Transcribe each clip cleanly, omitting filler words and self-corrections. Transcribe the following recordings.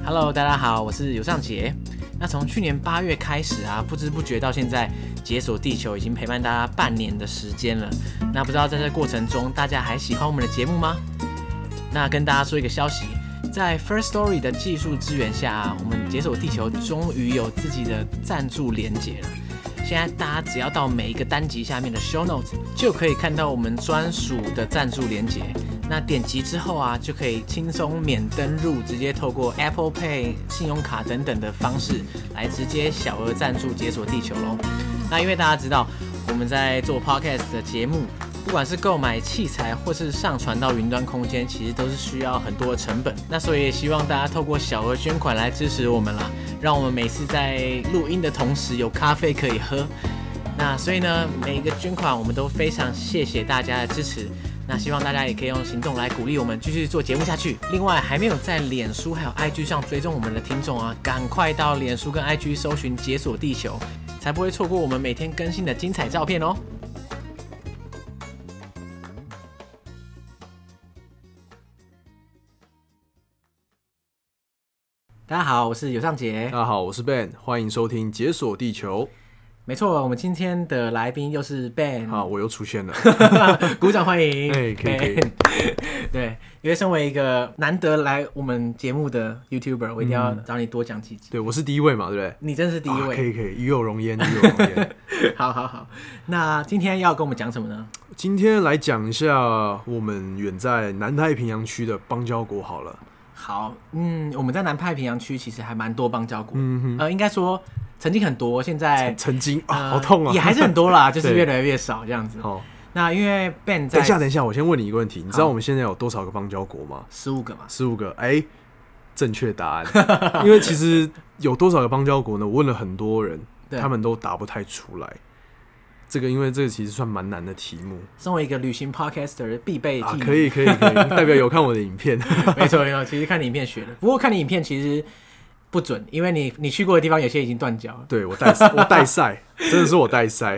Hello， 大家好，我是尤尚杰。那从去年8月开始啊，不知不觉到现在，解锁地球已经陪伴大家半年的时间了。那不知道在这过程中，大家还喜欢我们的节目吗？那跟大家说一个消息，在 Firstory 的技术支援下啊，我们解锁地球终于有自己的赞助连结了。现在大家只要到每一个单集下面的 Show Notes， 就可以看到我们专属的赞助连结。那点击之后啊，就可以轻松免登入，直接透过 Apple Pay、信用卡等等的方式来直接小额赞助解锁地球咯。那因为大家知道我们在做 Podcast 的节目，不管是购买器材或是上传到云端空间，其实都是需要很多的成本。那所以也希望大家透过小额捐款来支持我们啦，让我们每次在录音的同时有咖啡可以喝。那所以呢，每一个捐款我们都非常谢谢大家的支持。那希望大家也可以用行动来鼓励我们继续做节目下去。另外，还没有在脸书还有 IG 上追踪我们的听众啊，赶快到脸书跟 IG 搜寻解锁地球，才不会错过我们每天更新的精彩照片哦。大家好，我是尤尚杰。 大家好，我是 Ben， 欢迎收听解锁地球。 没错，我们今天的来宾又是 Ben。 好，我又出现了， 鼓掌欢迎。 可以。 对，因为身为一个难得来我们节目的 YouTuber， 我一定要找你多讲几集。 对，我是第一位嘛，对不对？ 你真是第一位。 可以，与有荣焉。 好。那今天要跟我们讲什么呢？ 今天来讲一下我们远在南太平洋区的邦交国好了。 好，我们在南太平洋区其实还蛮多邦交国，应该说曾经很多，现在曾经好痛啊， 也还是很多啦，就是越来越少这样子。 好， 那因为 Ben 在等一下，我先问你一个问题，你知道我们现在有多少个邦交国吗 ？15个嘛。 15个，正确答案。因为其实有多少个邦交国呢？我问了很多人，他们都答不太出来。因为这个其实算蛮难的题目。 身为一个旅行 podcaster 必备技能。 可以，代表有看我的影片。 没错，其实看你影片学的。不过看你影片其实不准，因为你去过的地方有些已经断交了。 对，我带赛，真的是我带赛。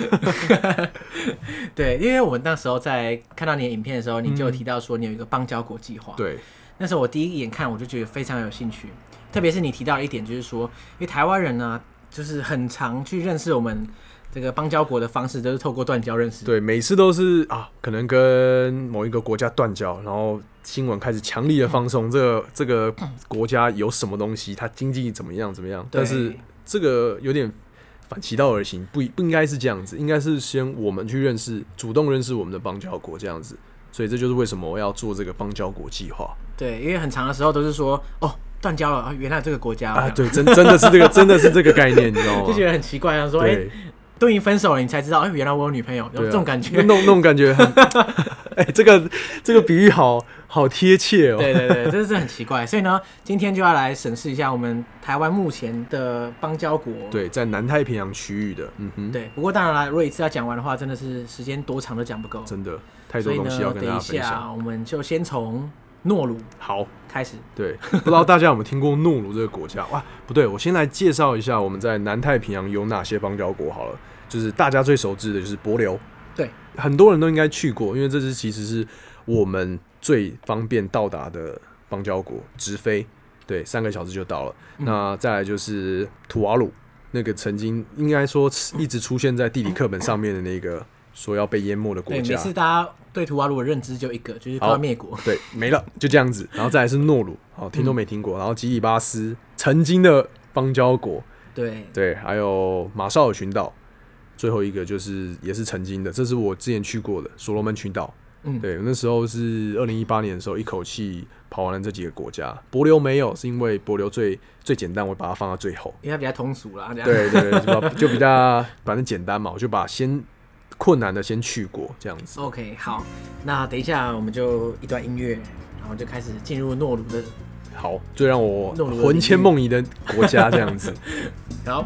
对，因为我们那时候在看到你的影片的时候，你就有提到说你有一个邦交国计划。 对， 那时候我第一眼看我就觉得非常有兴趣，特别是你提到一点，就是说，因为台湾人呢，就是很常去认识我们这个邦交国的方式都是透过断交认识。 对，每次都是可能跟某一个国家断交，然后新闻开始强力的放送这个国家有什么东西，它经济怎么样，但是这个有点反其道而行，不应该是这样子，应该是先我们去主动认识我们的邦交国这样子。所以这就是为什么我要做这个邦交国计划。 对，因为很长的时候都是说断交了，原来这个国家对，真的是这个概念，你知道吗？ 就觉得很奇怪，说都已经分手了，你才知道，原来我有女朋友，有这种感觉， 那种感觉很，这个比喻好贴切哦。 对，真的是很奇怪。所以呢，今天就要来审视一下我们台湾目前的邦交国。 对，在南太平洋区域的， 对。不过当然啦，如果一次要讲完的话，真的是时间多长都讲不够， 真的太多东西要跟大家分享。 所以呢，等一下我们就先从诺鲁开始。 对，不知道大家有没有听过诺鲁这个国家？哇，不对，我先来介绍一下我们在南太平洋有哪些邦交国好了。就是大家最熟知的就是帛琉，对，很多人都应该去过，因为这其实是我们最方便到达的邦交国，直飞，对，3个小时就到了。那再来就是土瓦鲁，那个曾经应该说一直出现在地理课本上面的那个说要被淹没的国家。 对，每次大家对土瓦鲁的认知就一个，就是快要灭国。 对，没了，就这样子。然后再来是诺鲁，听都没听过。然后吉里巴斯，曾经的邦交国，对，还有马绍尔群岛。最后一个就是也是曾经的，这是我之前去过的所罗门群岛。对，那时候是2018年的时候，一口气跑完了这几个国家。帛琉没有，是因为帛琉最简单，我把它放到最后， 因为它比较通俗啦。 对，就比较反正简单嘛，我就把先困难的先去过，这样子。 OK， 好，那等一下我们就一段音乐，然后就开始进入诺鲁的。 好，最让我魂牵梦萦的国家，这样子。 好。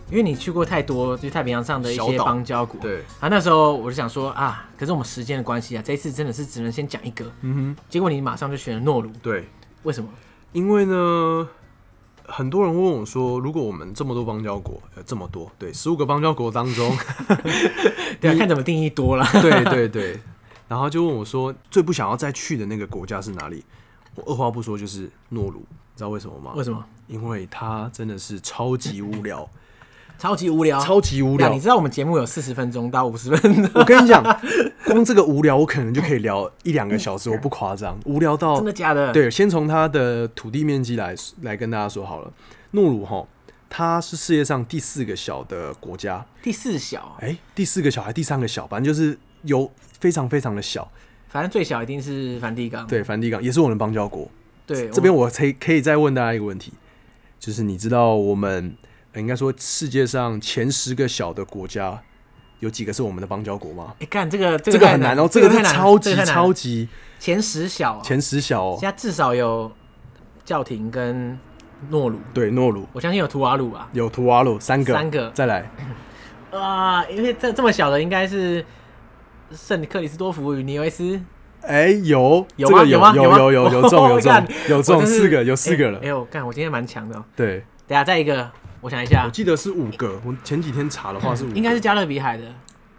因为你去过太多，就是太平洋上的一些邦交国。 对啊，那时候我就想说啊，可是我们时间的关系啊，这一次真的是只能先讲一个。结果你马上就选了诺鲁。 对， 为什么？ 因为呢，很多人问我说，如果我们这么多邦交国，这么多，对，15个邦交国当中， 对啊，看怎么定义多了。 对对对，然后就问我说，最不想要再去的那个国家是哪里？我二话不说就是诺鲁，你知道为什么吗？ 为什么？ 因为它真的是超级无聊。 超级无聊， 超级无聊。 你知道我们节目有40分钟到50分钟， 我跟你讲，光这个无聊，我可能就可以聊1-2个小时，我不夸张，无聊到真的假的？ 对，先从它的土地面积来跟大家说好了。诺鲁哈，它是世界上第4个小的国家， 第4小， 第4个小还第3个小，反正就是有非常非常的小。 反正最小一定是梵蒂冈， 对，梵蒂冈也是我们的邦交国。 对， 这边我可以再问大家一个问题，就是你知道我们应该说世界上前10个小的国家有几个是我们的邦交国吗？ 干这个很难哦，这个是超级前10小， 前10小哦。 现在至少有教廷跟诺鲁， 对，诺鲁， 我相信有图瓦鲁吧？ 有图瓦鲁3个，再来因为这么小的应该是圣克里斯多福与尼维斯。 有吗？有中4个了。 我今天蛮强的哦。 对， 等下再一个，我想一下， 我记得是5个。我前几天查的话是5个， 应该是加勒比海的。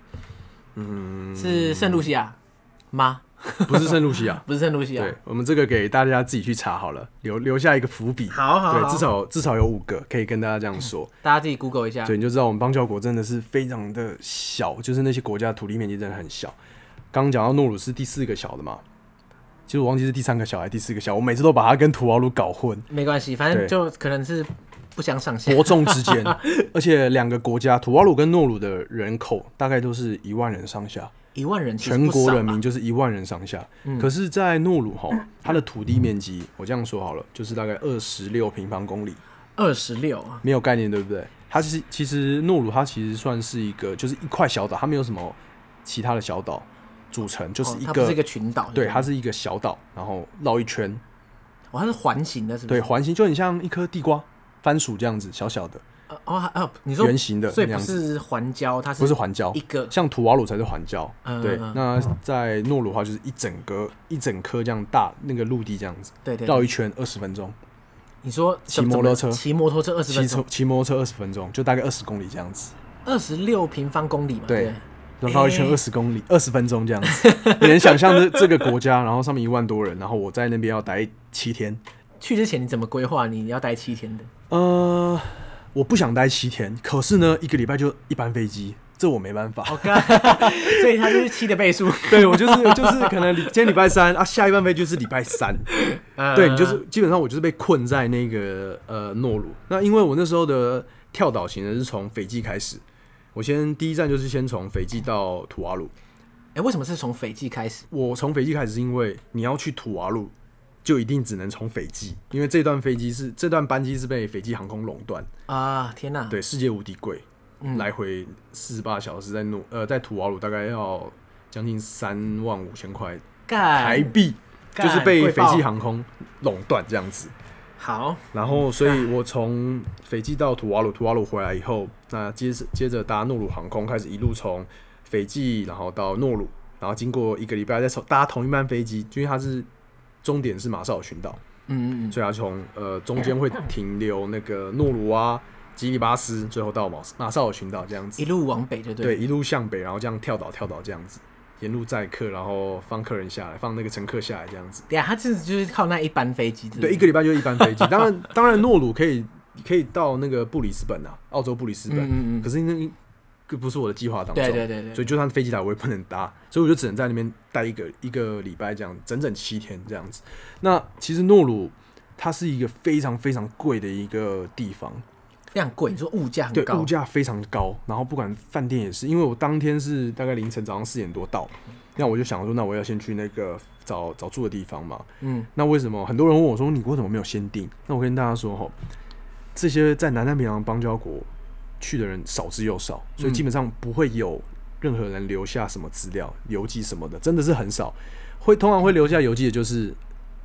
是圣露西亚吗？ 不是圣露西亚， 不是圣露西亚。 对，我们这个给大家自己去查好了，留下一个伏笔。 好， 对，至少有5个，可以跟大家这样说。 大家自己 Google 一下， 对，你就知道我们邦交国真的是非常的小，就是那些国家的土地面积真的很小。刚刚讲到诺鲁是第4个小的嘛，其实我忘记是第3个小还是第4个小，我每次都把它跟图瓦鲁搞混。 没关系，反正就可能是不相上下， 伯仲之间。而且2个国家，图瓦鲁跟诺鲁的人口大概都是1万人上下 ，1万人， 全国人民就是1万人上下。可是，在诺鲁它的土地面积，我这样说好了，就是大概26平方公里。 26啊， 没有概念，对不对？它其实诺鲁它其实算是一个，就是一块小岛，它没有什么其他的小岛组成，就是一个， 它不是一个群岛， 对，它是一个小岛，然后绕一圈。 它是环形的，是不是？ 对，环形就很像一颗地瓜、番薯这样子，小小的。 你说圆形的， 所以不是环礁，它是不是环礁， 一个像图瓦鲁才是环礁。对，那在诺鲁的话就是一整颗这样大那个陆地这样子， 对， 绕一圈20分钟。 你说骑摩托车 20分钟， 骑摩托车20分钟，就大概20公里这样子。 26平方公里嘛， 对，绕一圈20公里，20分钟这样子。你能想象这个国家，然后上面1万多人，然后我在那边要待7天。 去之前你怎么规划你要待7天的？ 我不想待7天，可是呢，1个礼拜就一班飞机，这我没办法。 所以它就是7的倍数。 对，我就是可能今天礼拜3啊，下一班飞就是礼拜3。对，你就是基本上我就是被困在那个诺鲁。那因为我那时候的跳岛行呢是从斐济开始，我第一站就是先从斐济到图瓦鲁。 为什么是从斐济开始？ 我从斐济开始是因为你要去图瓦鲁，就一定只能从斐济，因为这段班机是被斐济航空垄断啊！天哪， 对，世界无敌贵，来回48小时在图瓦鲁大概要将近35000块台币，就是被斐济航空垄断这样子。 好， 然后所以我从斐济到图瓦鲁回来以后，那接着搭诺鲁航空开始一路从斐济然后到诺鲁，然后经过1个礼拜再搭同一班飞机，因为它是终点是马绍尔群岛，所以它从中间会停留那个诺鲁啊、基里巴斯，最后到马绍尔群岛这样子， 一路往北就对，一路向北，然后这样跳岛这样子，沿路载客，然后放客人下来，放那个乘客下来这样子。 对啊，它就是靠那一班飞机， 对，1个礼拜就一班飞机。当然诺鲁可以到那个布里斯本啊，澳洲布里斯本，可是那不是我的计划当中， 对，所以就算飞机来我也不能搭，所以我就只能在那边待一个礼拜这样，整整7天这样子。那其实诺鲁它是一个非常非常贵的一个地方， 非常贵，你说物价很高， 对，物价非常高，然后不管饭店也是，因为我当天是大概凌晨早上4点多到，那我就想说，那我要先去那个找住的地方嘛，那为什么很多人问我说你为什么没有先订？那我跟大家说这些在南太平洋邦交国去的人少之又少，所以基本上不会有任何人留下什么资料、游记什么的，真的是很少。通常会留下游记的就是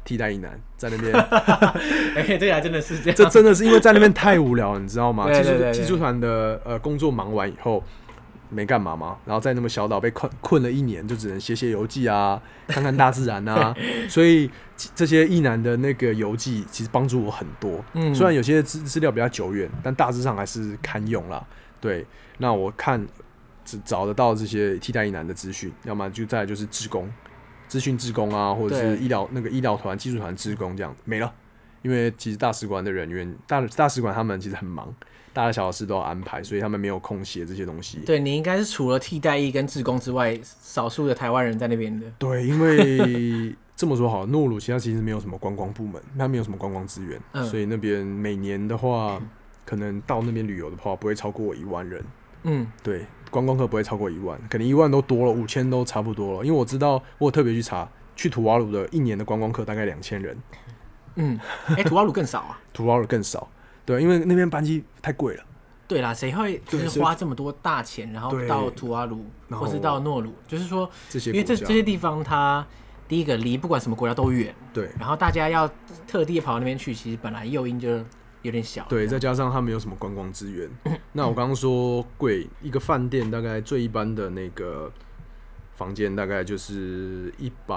替代役男在那边。 这个还真的是这样。 这真的是因为在那边太无聊了，你知道吗？ 对技术团的工作忙完以后没干嘛嘛，然后在那么小岛被困了1年，就只能写游记啊，看看大自然啊。所以这些役男的那个游记其实帮助我很多。虽然有些资料比较久远，但大致上还是堪用啦。对，那我看找得到这些替代役男的资讯，要么就再来就是志工。资讯志工啊，或者是医疗团、技术团志工这样没了，因为其实大使馆的人员，大使馆他们其实很忙，大小事都要安排，所以他们没有空写这些东西。 对，你应该是除了替代役跟志工之外，少数的台湾人在那边的。 对，因为这么说好了，诺鲁其实没有什么观光部门，它没有什么观光资源，所以那边每年的话，可能到那边旅游的话，不会超过1万人。对，观光客不会超过1万，可能1万都多了，5000都差不多了。因为我知道，我有特别去查，去图瓦鲁的1年的观光客大概2000人。 图瓦鲁更少啊？ 图瓦鲁更少，对，因为那边班机太贵了。 对啦，谁会就是花这么多大钱，然后到图瓦鲁或是到诺鲁？就是说，因为这些地方，它第一个离不管什么国家都远， 对， 然后大家要特地跑到那边去，其实本来诱因就有点小， 对，再加上它没有什么观光资源。那我刚刚说贵，一个饭店大概最一般的那个房间大概就是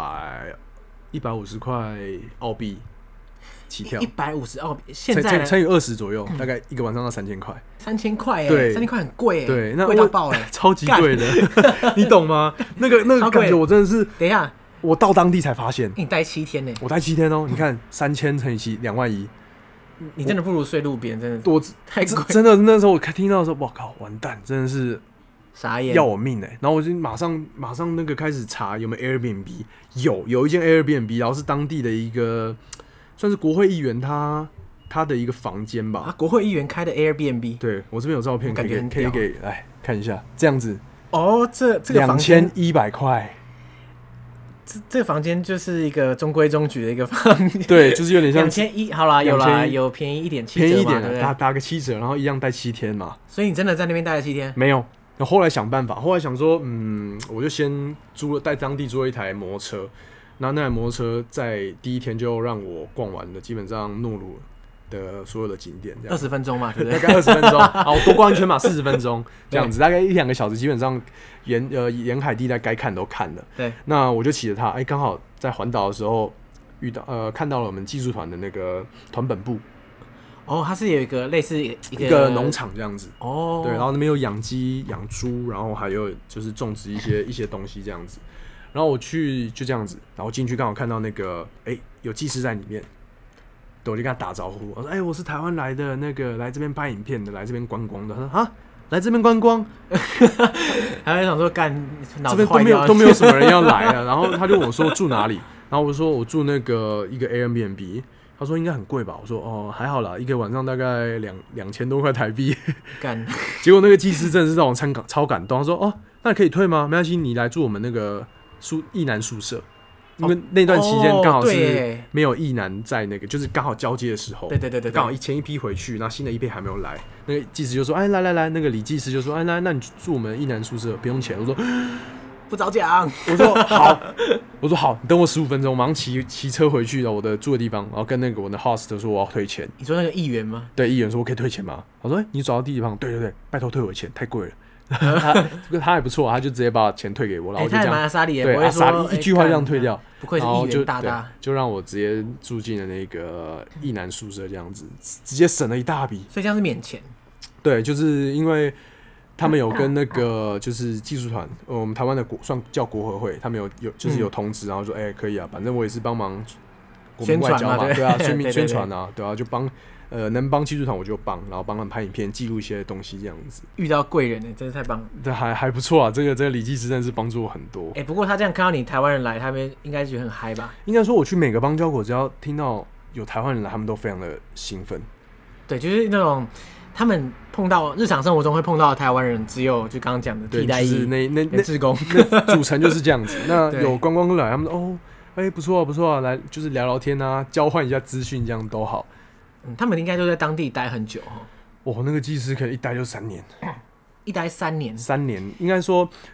150块澳币起跳 ，150澳币，现在乘以20左右，大概一个晚上要3000块。 3000块对 ，3000块很贵对，那贵到爆超级贵的，你懂吗？那个感觉我真的是， 等一下， 我到当地才发现， 你待7天呢？ 我待7天哦，你看3000乘以7，2万1。 你真的不如睡路边，真的太贵。 真的那时候我听到的时候，哇靠，完蛋，真的是傻眼， 要我命然后我就马上那个开始查有没有 Airbnb， 有一间 Airbnb， 然后是当地的一个算是国会议员他的一个房间吧。 国会议员开的 Airbnb， 对我这边有照片，可以给来看一下，这样子。 这个房间 2100块。 这个房间就是一个中规中矩的一个房间， 对，就是有点像 2100，好啦，有便宜一点， 便宜一点的，打个7折，然后一样待7天嘛。 所以你真的在那边待了7天？ 没有，后来想办法，后来想说，我就先在当地租了一台摩托车，然后那台摩托车在第一天就让我逛完了，基本上诺鲁的所有的景点这样 ，20分钟嘛，对不对？ 大概20分钟，好，多逛一圈嘛，40分钟这样子，大概1-2个小时，基本上沿海地带该看都看了。 对， 那我就骑着它，刚好在环岛的时候看到了我们技术团的那个团本部。 它是有一个类似一个农场这样子。 对， 然后那边有养鸡、养猪，然后还有就是种植一些东西这样子。然后我去就这样子，然后进去刚好看到那个有技师在里面。我就跟他打招呼，我说：“我是台湾来的，那个来这边拍影片的，来这边观光的。”他说：“啊，来这边观光？” 他就想说干， 这边都没有什么人要来了。然后他就问我说住哪里，然后我说我住那个一个 Airbnb。他说应该很贵吧？我说还好啦，一个晚上大概2000多块台币。干，结果那个技师真的是让我超感动。他说：“那可以退吗？没关系，你来住我们那个役男宿舍。”因为那段期间刚好是没有役男在那个，就是刚好交接的时候， 对， 刚好前一批回去，然后新的一批还没有来。那个技师就说：“来，那个李技师就说：来，那你住我们役男宿舍，不用钱。”我说：“ 不早讲。” 我说：“好，你等我15分钟，我马上骑车回去到我的住的地方，然后跟那个我的 host 说我要退钱。” 你说那个议员吗？ 对，议员说我可以退钱吗？他说：“你找到地方，对，拜托退我钱，太贵了。”他还不错，他就直接把钱退给我，然后我就这样， 他还蛮阿莎莉， 对，阿莎莉一句话这样退掉， 不愧是议员大大， 就让我直接住进了那个役男宿舍，这样子直接省了一大笔， 所以这样是免钱。对， 就是因为他们有跟那个就是技术团，我们台湾的算叫国合会，他们有就是有通知，然后说可以啊，反正我也是帮忙国民外交嘛，对啊，宣传啊，对啊，就帮。能帮技术团我就帮，然后帮他们拍影片，记录一些东西这样子。 遇到贵人真是太棒了。 这还不错啊，这个李技师真的是帮助我很多。 不过他这样看到你台湾人来，他们应该觉得很嗨吧？ 应该说我去每个邦交国，只要听到有台湾人来，他们都非常的兴奋。 对，就是那种他们碰到日常生活中会碰到的台湾人，只有就刚刚讲的替代役， 就是那志工， 那组成就是这样子。那有观光来，他们说不错啊，来就是聊聊天啊，交换一下资讯，这样都好。 他们应该都在当地待很久那个技师可能一待就3年， 一待3年。 3年应该说，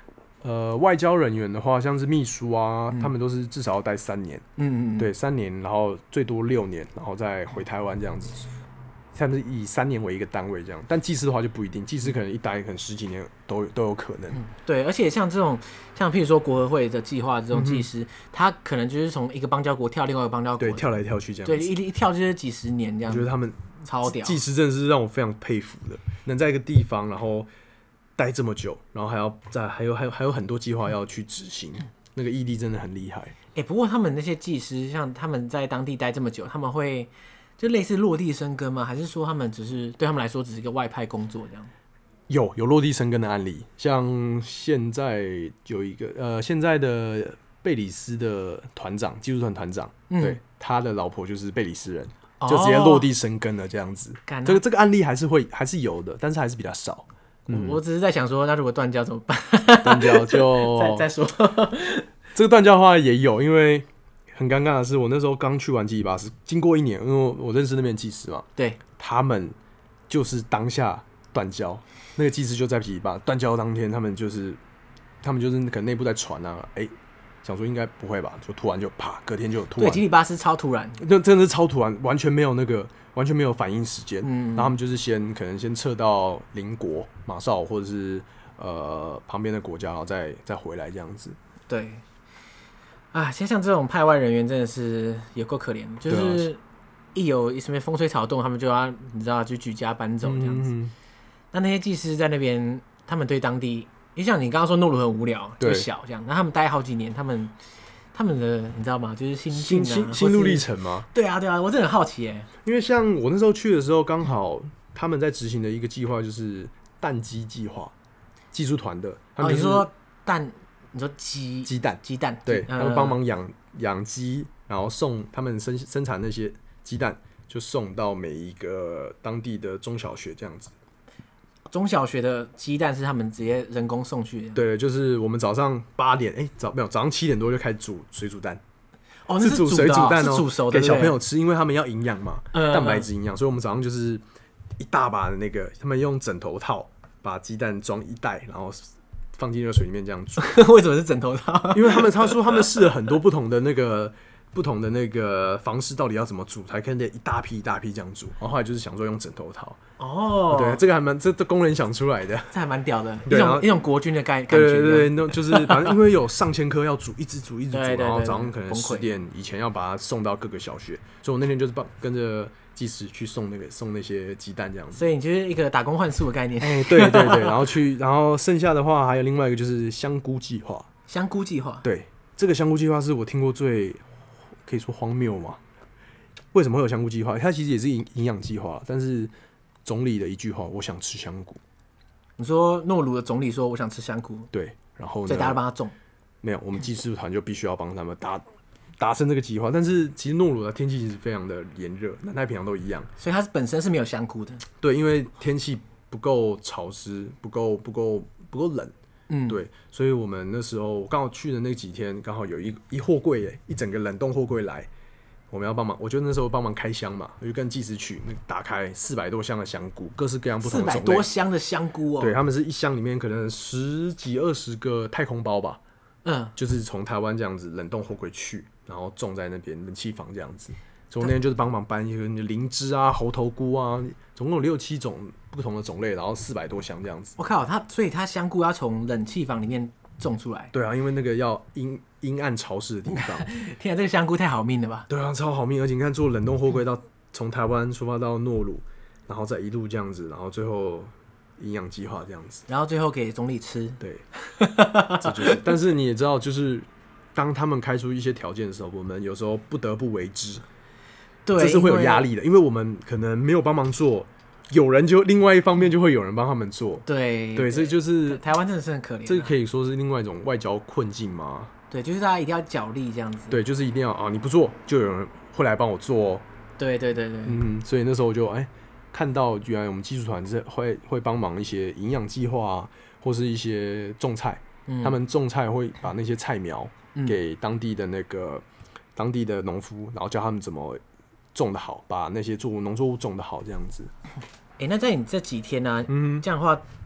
外交人员的话，像是秘书啊，他们都是至少要待3年。对，3年，然后最多6年，然后再回台湾这样子。他们是以3年为一个单位这样，但技师的话就不一定，技师可能一待可能10几年都有可能。 对，而且像这种，像譬如说国合会的计划这种技师，他可能就是从一个邦交国跳另外一个邦交国， 对，跳来跳去这样子。 对，一跳就是几十年这样。 我觉得他们超屌， 技师真的是让我非常佩服的，能在一个地方然后待这么久，然后还有很多计划要去执行，那个毅力真的很厉害。 不过他们那些技师，像他们在当地待这么久，他们会就类似落地生根吗？还是说他们只是对他们来说只是一个外派工作这样？ 有落地生根的案例，像现在有一个现在的贝里斯的团长，技术团团长，对，他的老婆就是贝里斯人，就直接落地生根了这样子。这个案例还是有的，但是还是比较少。 我只是在想说，那如果断交怎么办？ 断交就再说。 这个断交的话也有，因为很尴尬的是，我那时候刚去完基里巴斯，经过1年，因为我认识那边技师嘛， 对， 他们就是当下断交，那个技师就在基里巴斯断交当天，他们就是可能内部在传啊，想说应该不会吧，就突然就啪，隔天就突然。 对，基里巴斯超突然， 那真的是超突然，完全没有反应时间。然后他们就是可能先撤到邻国马绍尔或者是旁边的国家，然后再回来这样子。 对。啊，像这种派外人员真的是有够可怜的，就是一有什么风吹草动，他们就要你知道就举家搬走这样子。那些技师在那边，他们对当地，因为像你刚刚说诺鲁很无聊，就小这样，那他们待好几年，他们的你知道吗？就是心路历程吗？ 对啊，我真的很好奇耶。 因为像我那时候去的时候，刚好他们在执行的一个计划就是蛋鸡计划，技术团的。 你说蛋。你说鸡蛋， 对，他们帮忙养鸡，然后他们生产那些鸡蛋，就送到每一个当地的中小学这样子。 中小学的鸡蛋是他们直接人工送去的。 对，就是我们早上8点，早上7点多就开始煮水煮蛋。 是煮水煮蛋是煮熟的， 给小朋友吃，因为他们要营养嘛，蛋白质营养，所以我们早上就是一大把的那个，他们用枕头套把鸡蛋装1袋，然后放进热水里面这样煮。 为什么是枕头套？ 因为他说他们试了很多不同的那个方式，到底要怎么煮才可以一大批一大批这样煮。然后后来就是想说用枕头套。对，这个这工人想出来的， 这还蛮屌的，一种国军的感觉。 对，就是反正因为有上千颗要煮，一直煮，然后早上可能10点以前要把它送到各个小学，所以我那天就是跟着技师去送那些鸡蛋这样子。 所以你就是一个打工换宿的概念。 对，然后剩下的话还有另外一个就是香菇计划。 香菇计划， 对，这个香菇计划是我听过最可以说荒谬嘛？为什么会有香菇计划？它其实也是营养计划，但是总理的一句话，我想吃香菇。 你说诺鲁的总理说我想吃香菇， 对，然后呢， 所以大家帮他种。 没有，我们技术团就必须要帮他们达成这个计划。但是其实诺鲁的天气其实非常的炎热，南太平洋都一样， 所以它本身是没有香菇的。对， 因为天气不够潮湿，不够冷。对，所以我们那时候刚好去的那几天，刚好有一货柜一整个冷冻货柜来，我们要帮忙。我就那时候帮忙开箱嘛，我就跟技师去打开400多箱的香菇，各式各样不同的种类。 400多箱的香菇哦。 对，他们是一箱里面可能10几20个太空包吧。就是从台湾这样子冷冻货柜去，然后种在那边冷气房这样子。所以我那天就是帮忙搬一个灵芝啊、猴头菇啊，总共有6、7种不同的种类，然后400多箱这样子。 我靠，所以它香菇要从冷气房里面种出来？ 对啊，因为那个要阴暗潮湿的地方。 天啊，这个香菇太好命了吧？ 对啊，超好命，而且你看做冷冻货柜从台湾出发到诺鲁，然后再一路这样子，然后最后营养计划这样子， 然后最后给总理吃。 对，这就是。但是你也知道，就是当他们开出一些条件的时候，我们有时候不得不为之。 对， 这是会有压力的，因为我们可能没有帮忙做，另外一方面就会有人帮他们做。 对， 这就是台湾真的是很可怜。 这个可以说是另外一种外交困境吗？ 对，就是大家一定要角力这样子。 对，就是一定要你不做，就有人会来帮我做哦。 对， 所以那时候我就看到原来我们技术团是会帮忙一些营养计划啊，或是一些种菜。他们种菜会把那些菜苗给当地的农夫，然后教他们怎么种得好，把那些农作物种得好，这样子。 那在你这几天呢，这样的话，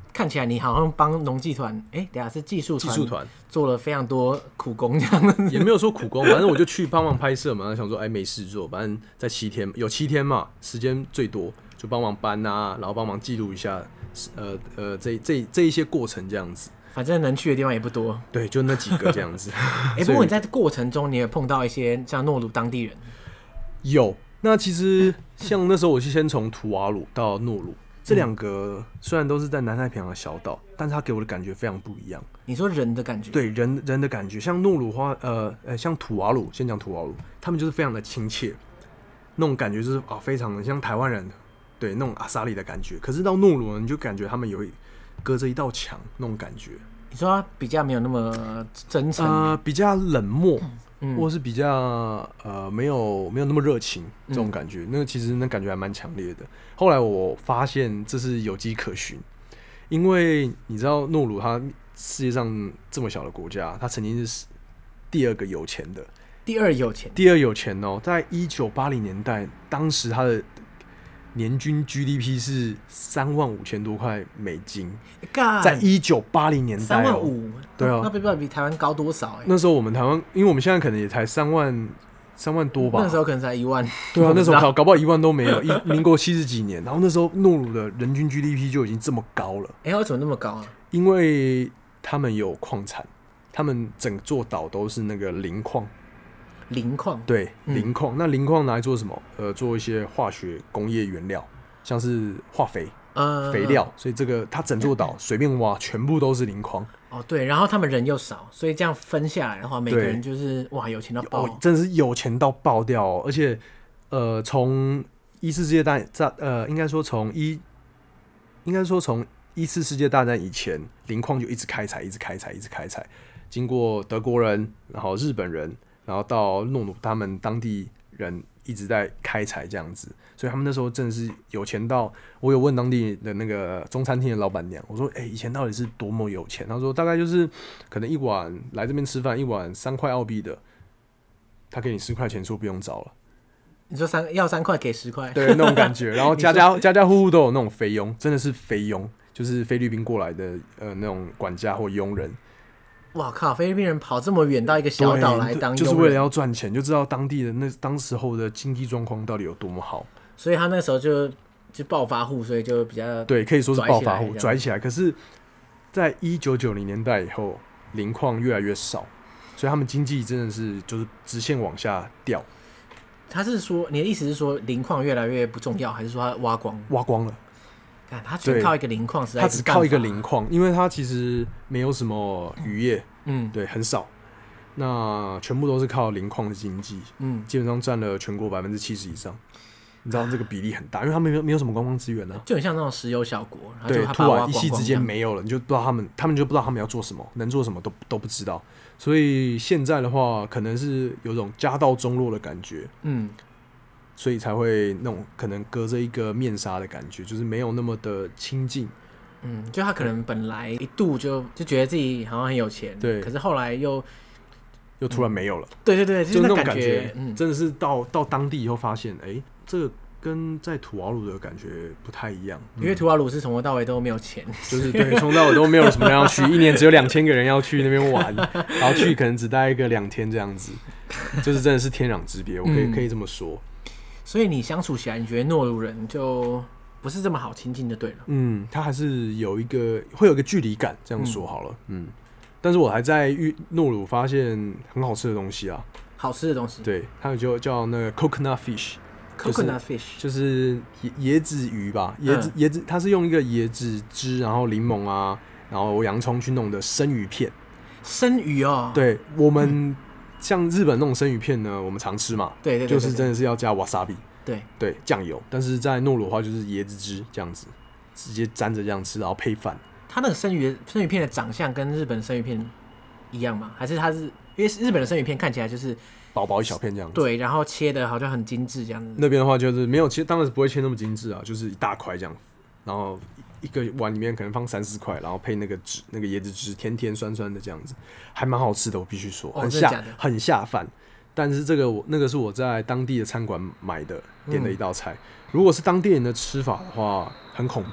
看起来你好像帮农技团，等一下是技术团做了非常多苦工这样子。 也没有说苦工，反正我就去帮忙拍摄嘛，想说没事做，反正在有7天嘛，时间最多，就帮忙搬啊，然后帮忙记录一下，这一些过程这样子。 反正能去的地方也不多， 对，就那几个这样子。 不过你在过程中，你也碰到一些像诺鲁当地人？ 有，那其实像那时候我是先从图瓦鲁到诺鲁。这2个虽然都是在南太平洋的小岛，但是它给我的感觉非常不一样。 你说人的感觉？ 对，人的感觉，像诺鲁像图瓦鲁，先讲图瓦鲁，他们就是非常的亲切，那种感觉就是非常的像台湾人，对，那种阿萨里的感觉。可是到诺鲁呢，你就感觉他们隔着一道墙那种感觉。 你说他比较没有那么真诚， 比较冷漠。或是比较没有那么热情这种感觉，其实那感觉还蛮强烈的。后来我发现这是有迹可循，因为你知道诺鲁它世界上这么小的国家，它曾经是第2个有钱的， 第二有钱哦，在1980年代，当时它的年均 GDP 是35000多块美金，在1980年代 35000， 对啊， 那不知道比台湾高多少？ 那时候我们台湾，因为我们现在可能也才3万多吧， 那时候可能才1万。 对啊，那时候搞不好1万都没有。民国70几年，然后那时候诺鲁的人均 GDP 就已经这么高了。 为什么那么高啊？ 因为他们有矿产，他们整座岛都是那个磷矿。对，磷矿。那磷矿拿来做什么？做一些化学工业原料，像是化肥、肥料。所以它整座岛随便挖，全部都是磷矿。 对，然后他们人又少，所以这样分下来的话，每个人就是有钱到爆， 真的是有钱到爆掉哦！而且，从一次世界大战，应该说从一次世界大战以前，磷矿就一直开采，经过德国人，然后日本人。然后到诺鲁，他们当地人一直在开采这样子，所以他们那时候真的是有钱到，我有问当地的那个中餐厅的老板娘，我说：“以前到底是多么有钱？”他说：“大概就是可能一碗来这边吃饭，一碗3块澳币的，他给你10块钱，说不用找了。” 你说要3块给10块， 对，那种感觉。然后家户户都有那种菲佣，真的是菲佣，就是菲律宾过来的那种管家或佣人。 哇靠！菲律宾人跑这么远到一个小岛来当佣人， 就是为了要赚钱，就知道当地的当时候的经济状况到底有多么好。 所以他那时候就暴发户，所以就比较对，可以说是暴发户拽起来。可是，在1990年代以后，磷矿越来越少，所以他们经济真的是就是直线往下掉。 他是说，你的意思是说磷矿越来越不重要，还是说他挖光了？他全靠一个磷矿，他只靠一个磷矿，因为他其实没有什么渔业，对，很少。那全部都是靠磷矿的经济，基本上占了全国70%以上。你知道这个比例很大，因为他们没有什么观光资源啊， 就很像那种石油小国，然后对，突然一夕之间没有了，你就不知道他们就不知道他们要做什么，能做什么都不知道。所以现在的话，可能是有种家道中落的感觉，所以才会那种可能隔着一个面纱的感觉，就是没有那么的亲近。 就他可能本来一度就觉得自己好像很有钱，对，可是后来又突然没有了。 对， 就是那种感觉，真的是到当地以后发现，这个跟在图瓦鲁的感觉不太一样， 因为图瓦鲁是从头到尾都没有钱， 就是对，从头到尾都没有什么人要去，一年只有2000个人要去那边玩，然后去可能只待个2天这样子，就是真的是天壤之别，我可以这么说。 所以你相处起来，你觉得诺鲁人就不是这么好亲近就对了。 他还是会有一个距离感，这样说好了。但是我还在诺鲁发现很好吃的东西啊， 好吃的东西。 对，它就叫那个 coconut fish。coconut fish 就是椰子鱼吧，椰子，它是用一个椰子汁，然后柠檬啊，然后洋葱去弄的生鱼片。 生鱼哦， 对，我们像日本那种生鱼片呢，我们常吃嘛， 对， 就是真的是要加 wasabi， 对， 酱油。但是在诺鲁的话，就是椰子汁这样子，直接沾着这样吃，然后配饭。 它那个生鱼片的长相跟日本的生鱼片一样吗？还是它是因为日本的生鱼片看起来就是薄薄一小片这样子， 对，然后切的好像很精致这样子。 那边的话就是没有切，当然是不会切那么精致啊，就是一大块这样，然后一个碗里面可能放3-4块，然后配那个椰子汁，甜甜酸酸的这样子，还蛮好吃的，我必须说，很下饭。但是那个是我在当地的餐馆点的一道菜。如果是当地人的吃法的话，很恐怖。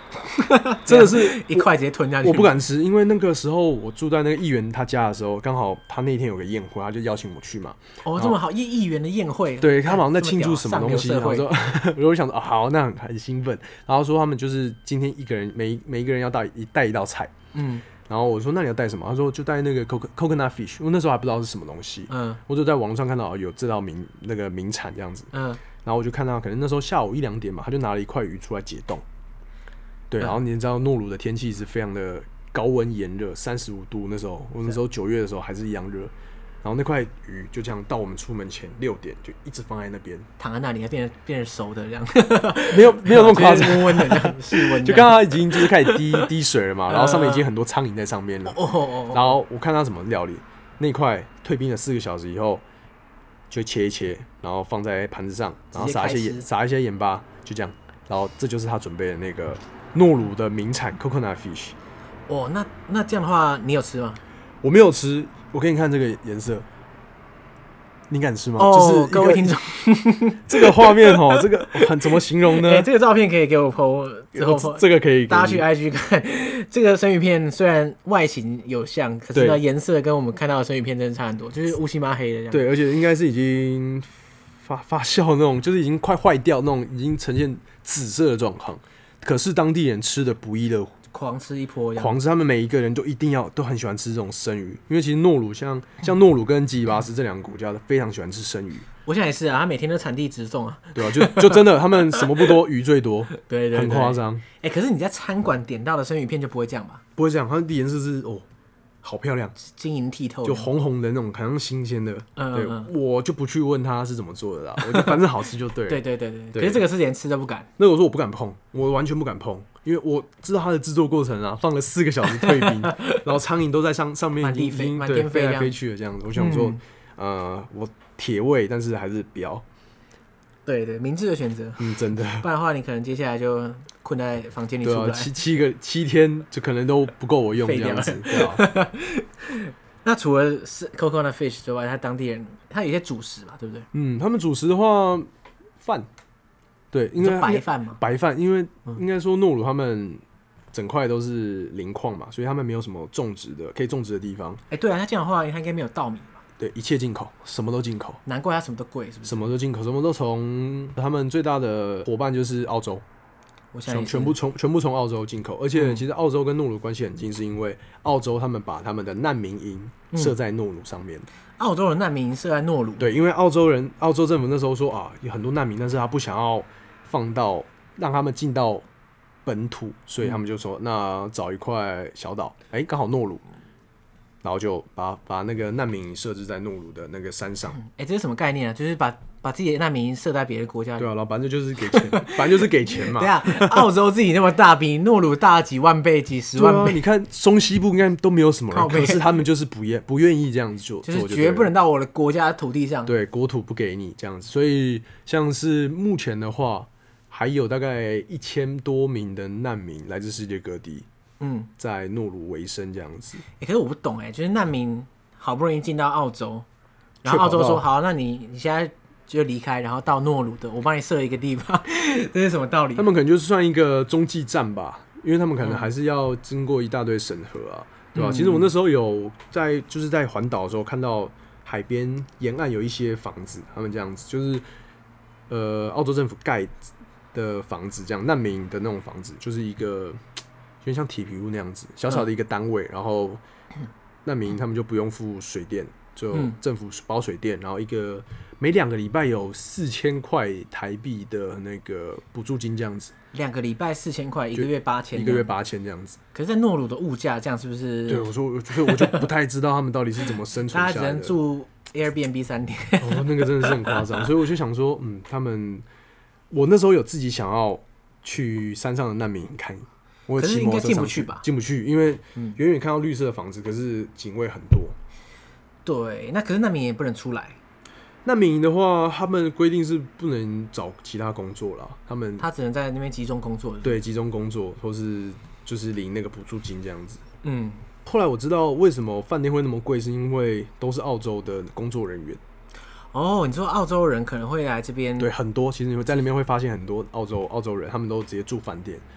真的是一块直接吞下去。 我不敢吃，因为那个时候我住在那个议员他家的时候，刚好他那天有个宴会，他就邀请我去嘛。 哦，这么好，议员的宴会， 对他好像在庆祝什么东西，然后说，我就想说，好，那很兴奋。然后说他们就是今天一个人每一个人要带一道菜，然后我说那你要带什么？他说就带那个 coconut fish， 因为那时候还不知道是什么东西，我就在网上看到有这道那个名产这样子，然后我就看到可能那时候下午1-2点嘛，他就拿了一块鱼出来解冻。对，然后你知道诺鲁的天气是非常的高温炎热，35度，那时候我那时候9月的时候还是一样热，然后那块鱼就这样到我们出门前6点就一直放在那边， 躺在那里还变成熟的这样， 没有那么夸张， 温温的这样，室温， 就刚刚已经就是开始滴水了嘛，然后上面已经很多苍蝇在上面了，然后我看他怎么料理，那块退冰了4个小时以后，就切一切，然后放在盘子上，然后撒一些盐巴，就这样，然后这就是他准备的那个诺鲁的名产 coconut fish。 哦，那这样的话，你有吃吗？ 我没有吃，我给你看这个颜色，你敢吃吗？ 哦， 就是各位听众， 这个画面哦，这个怎么形容呢？ 这个照片可以给我 po， 之后这个可以大家去 IG 看。这个生鱼片虽然外形有像，可是呢颜色跟我们看到的生鱼片真的差很多，就是乌漆嘛黑的这样。 对，而且应该是已经发酵那种，就是已经快坏掉那种，已经呈现紫色的状况。可是当地人吃的不亦乐乎， 狂吃一波， 狂吃，他们每一个人都很喜欢吃这种生鱼，因为其实诺鲁像诺鲁跟吉里巴斯这两个国家都非常喜欢吃生鱼。 我想也是啊，他每天都产地直送啊。 对啊，就真的他们什么不多，鱼最多， 对， 很夸张。 可是你在餐馆点到的生鱼片就不会这样吧？ 不会这样，它的颜色是好漂亮， 晶莹剔透， 就红红的那种，好像新鲜的。对，我就不去问他是怎么做的啦，我就反正好吃就对了。 对。可是这个是连吃都不敢。 那我说我不敢碰，我完全不敢碰，因为我知道它的制作过程啊，放了4个小时退冰，然后苍蝇都在上面已经飞来飞去的这样子。我想说，我铁胃，但是还是不要。 对，明智的选择。 真的。 不然的话，你可能接下来就困在房间里出不来。 对啊，7天就可能都不够我用这样子，对啊。 那除了是 coconut fish 之外，他当地人他有一些主食嘛，对不对？ 他们主食的话，饭，对，因为白饭嘛， 白饭，因为应该说诺鲁他们整块都是磷矿嘛，所以他们没有什么可以种植的地方。 对啊，他这样的话，他应该没有稻米嘛。 对，一切进口，什么都进口。 难怪他什么都贵，是不是？ 什么都进口，什么都从他们最大的伙伴就是澳洲。 我想全部从澳洲进口，而且其实澳洲跟诺鲁关系很近，是因为澳洲他们把他们的难民营设在诺鲁上面。 澳洲的难民营设在诺鲁？ 对，因为澳洲政府那时候说啊，有很多难民，但是他不想要让他们进到本土，所以他们就说那找一块小岛，刚好诺鲁。然后就把那个难民营设置在诺鲁的那个山上。 这是什么概念啊？就是把自己的难民营设在别的国家里。 对啊，然后反正就是给钱，反正就是给钱嘛。 对啊，澳洲自己那么大，比诺鲁大几万倍、几十万倍。 你看中西部应该都没有什么人，可是他们就是不愿意这样子做， 就是绝不能到我的国家土地上。 对，国土不给你这样子。所以像是目前的话，还有大概1000多名的难民来自世界各地。在诺鲁为生这样子。 可是我不懂就是难民好不容易进到澳洲，然后澳洲说好，那你现在就离开，然后到诺鲁的，我帮你设一个地方，这是什么道理？ 他们可能就算一个中继站吧，因为他们可能还是要经过一大堆审核啊，对吧？其实我那时候有在环岛的时候看到海边沿岸有一些房子，他们这样子就是澳洲政府盖的房子，这样难民的那种房子，就是一个。有点像铁皮屋那样子，小小的一个单位，然后难民他们就不用付水电，就政府包水电，然后每2个礼拜有4000块台币的那个补助金这样子。 2个礼拜4000块，1个月8000， 一个月8000这样子。 可是，在诺鲁的物价这样是不是？ 对，我就不太知道他们到底是怎么生存下来的。 他只能住 Airbnb 3天。 那个真的是很夸张，所以我就想说，我那时候有自己想要去山上的难民营看。 可是应该进不去吧？ 进不去，因为远远看到绿色的房子，可是警卫很多。 对，那可是难民也不能出来。 难民营的话，他们规定是不能找其他工作啦，他只能在那边集中工作。 对，集中工作，或是就是领那个补助金这样子。后来我知道为什么饭店会那么贵，是因为都是澳洲的工作人员。 你说澳洲人可能会来这边？ 对，很多。其实你会在那边会发现很多澳洲人，他们都直接住饭店。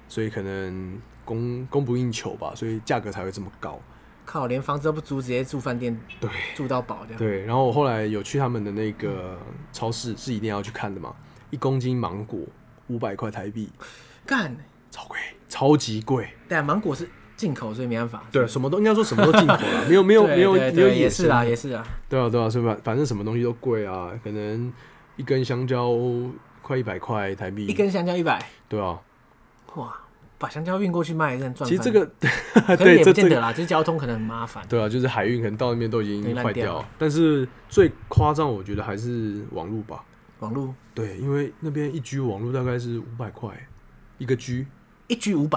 所以可能供不应求吧，所以价格才会这么高。 靠，连房子都不租，直接住饭店， 对， 住到饱这样。 对，然后我后来有去他们的那个超市，是一定要去看的嘛。1公斤芒果500块台币， 干， 超贵，超级贵。 对啊，芒果是进口，所以没办法。 对，什么都应该说什么都进口啦，没有也是啦，也是啊。 对啊，所以反正什么东西都贵啊，可能一根香蕉快100块台币， 一根香蕉100。 对啊， 哇，把香蕉运过去卖，真的赚翻。 其实这个可是也不见得啦，就是交通可能很麻烦。 对啊，就是海运可能到那边都已经坏掉，但是最夸张我觉得还是网路吧。 网路？ 对，因为那边1G 网路大概是500块一个 G。 1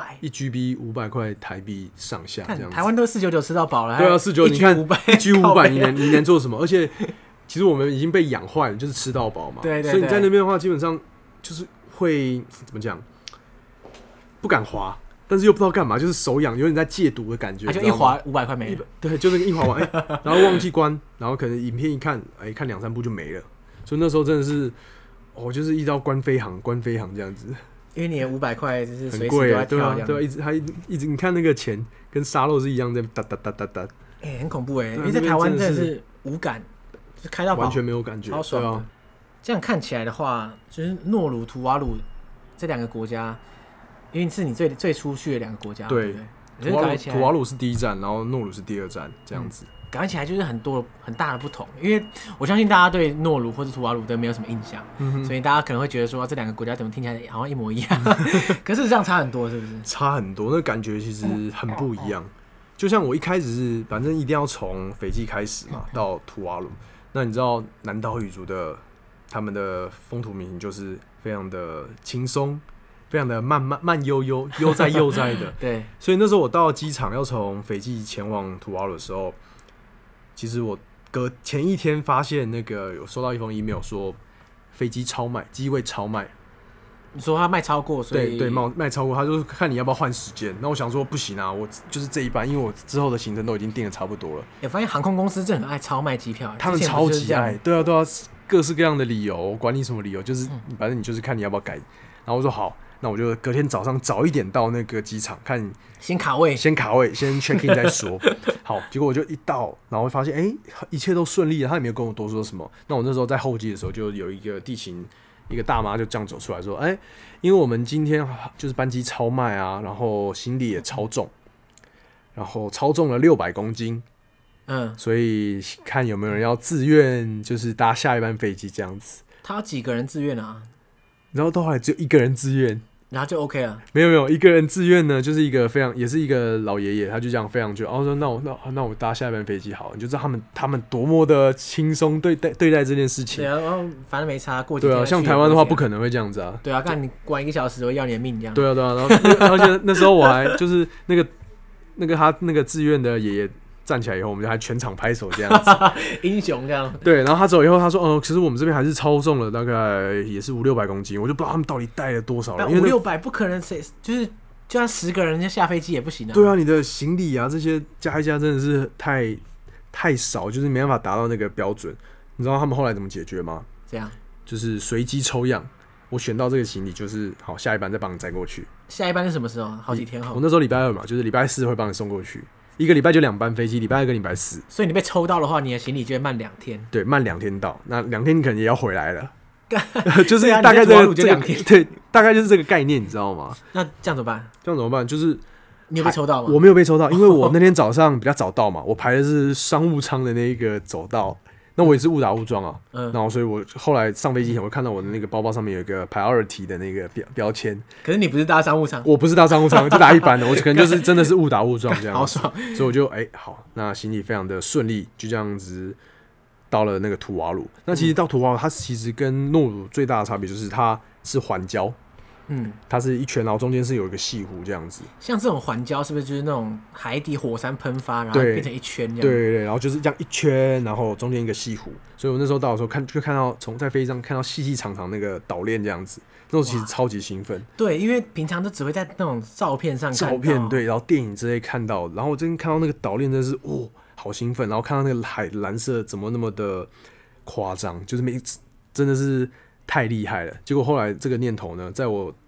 GB 500块台币上下这样子。 台湾都499吃到饱了。 对啊，499你看1 G 500，你能做什么？而且其实我们已经被养坏了，就是吃到饱嘛。 对。 所以你在那边的话，基本上就是会怎么讲，不敢滑，但是又不知道干嘛，就是手痒，有点在戒毒的感觉。 就一滑500块没了。 对，就那个一滑完，然后忘记关，然后可能影片一看，看2-3部就没了。所以那时候真的是，就是一直要关飞航这样子。因为你的500块就是随时都在跳， 对，一直，你看那个钱跟沙漏是一样的，哒哒哒哒哒， 很恐怖因为在台湾真的是无感，就是开到饱完全没有感觉， 超爽的。对啊，这样看起来的话，就是诺鲁、图瓦鲁这2个国家，因为是你最初去的2个国家，对不对？ 图瓦鲁是第1站，然后诺鲁是第2站，这样子。 感觉起来就是很大的不同，因为我相信大家对诺鲁或者图瓦鲁都没有什么印象，所以大家可能会觉得说这2个国家怎么听起来好像一模一样，可事实上差很多，是不是？差很多， 那感觉其实很不一样。就像我一开始是反正一定要从斐济开始嘛，到图瓦鲁。那你知道南岛语族的他们的风土民情就是非常的轻松，非常的慢悠悠哉的。 对， 所以那时候我到机场要从斐济前往图瓦鲁的时候。其实我前一天发现那个有收到一封 email 说飞机超卖，机位超卖。 你说他卖超过，所以对卖超过，他就看你要不要换时间。那我想说不行啊，我就是这一班，因为我之后的行程都已经定的差不多了。 我发现航空公司真的很爱超卖机票， 他们超级爱，对啊，各式各样的理由，管你什么理由，就是反正你就是看你要不要改。然后我说好。那我就隔天早上早一点到那个机场，看先卡位， 先 check in 再说。好，结果我就一到，然后发现一切都顺利了，他也没有跟我多说什么。那我那时候在候机的时候，就有一个地勤一个大妈就这样走出来说：“因为我们今天就是班机超卖啊，然后行李也超重，然后超重了600公斤，所以看有没有人要自愿，就是搭下一班飞机这样子。” 他有几个人自愿啊？ 然后到后来只有1个人自愿。 然后就 OK 了。 没有1个人自愿呢，就是一个也是一个老爷爷，他就这样非常说那我搭下一班飞机好了，你就知道他们多么的轻松对待这件事情。 对啊，然后反正没差，过几天。 对啊，像台湾的话不可能会这样子啊。 对啊，看你管1个小时，我要你的命这样。 对啊，然后而且那时候我还就是那个他那个自愿的爷爷。站起来以后，我们就还全场拍手这样子， 英雄这样。 对，然后他走以后，他说：“其实我们这边还是超重了，大概也是500-600公斤。”我就不知道他们到底带了多少了。 500-600不可能，就算10个人下飞机也不行啊。 对啊，你的行李啊这些加一加真的是太少，就是没办法达到那个标准。你知道他们后来怎么解决吗？ 这样， 就是随机抽样，我选到这个行李就是好，下一班再帮你载过去。 下一班是什么时候？好几天后。 我那时候礼拜2嘛，就是礼拜4会帮你送过去。1个礼拜就2班飞机，礼拜2跟礼拜4。 所以你被抽到的话，你的行李就会慢2天。 对，慢2天到，那2天你可能也要回来了。就是大概这个 2天， 对，大概就是这个概念，你知道吗？ 那这样怎么办？ 就是你有被抽到吗？ 我没有被抽到，因为我那天早上比较早到嘛，我排的是商务舱的那一个走道。那我也是误打误撞啊，然后所以我后来上飞机前，我看到我的那个包包上面有一个 priority 的那个标签。 可是你不是搭商务舱？ 我不是搭商务舱，就搭一般的。我可能就是真的是误打误撞这样。 好爽！ 所以我就好，那行李非常的顺利，就这样子到了那个图瓦鲁。那其实到图瓦鲁，它其实跟诺鲁最大的差别就是它是环礁。它是一圈，然后中间是有一个西湖这样子。 像这种环礁是不是就是那种海底火山喷发，然后变成一圈这样？ 对，然后就是这样一圈，然后中间一个西湖。所以我那时候到的时候就看到在飞机上看到细细长长那个岛链这样子，那时候其实超级兴奋。 对，因为平常都只会在那种照片上看到。 对，然后电影之类看到，然后我真的看到那个岛链真的是好兴奋，然后看到那个海蓝色怎么那么的夸张，就是真的是太厉害了。结果后来这个念头呢，在我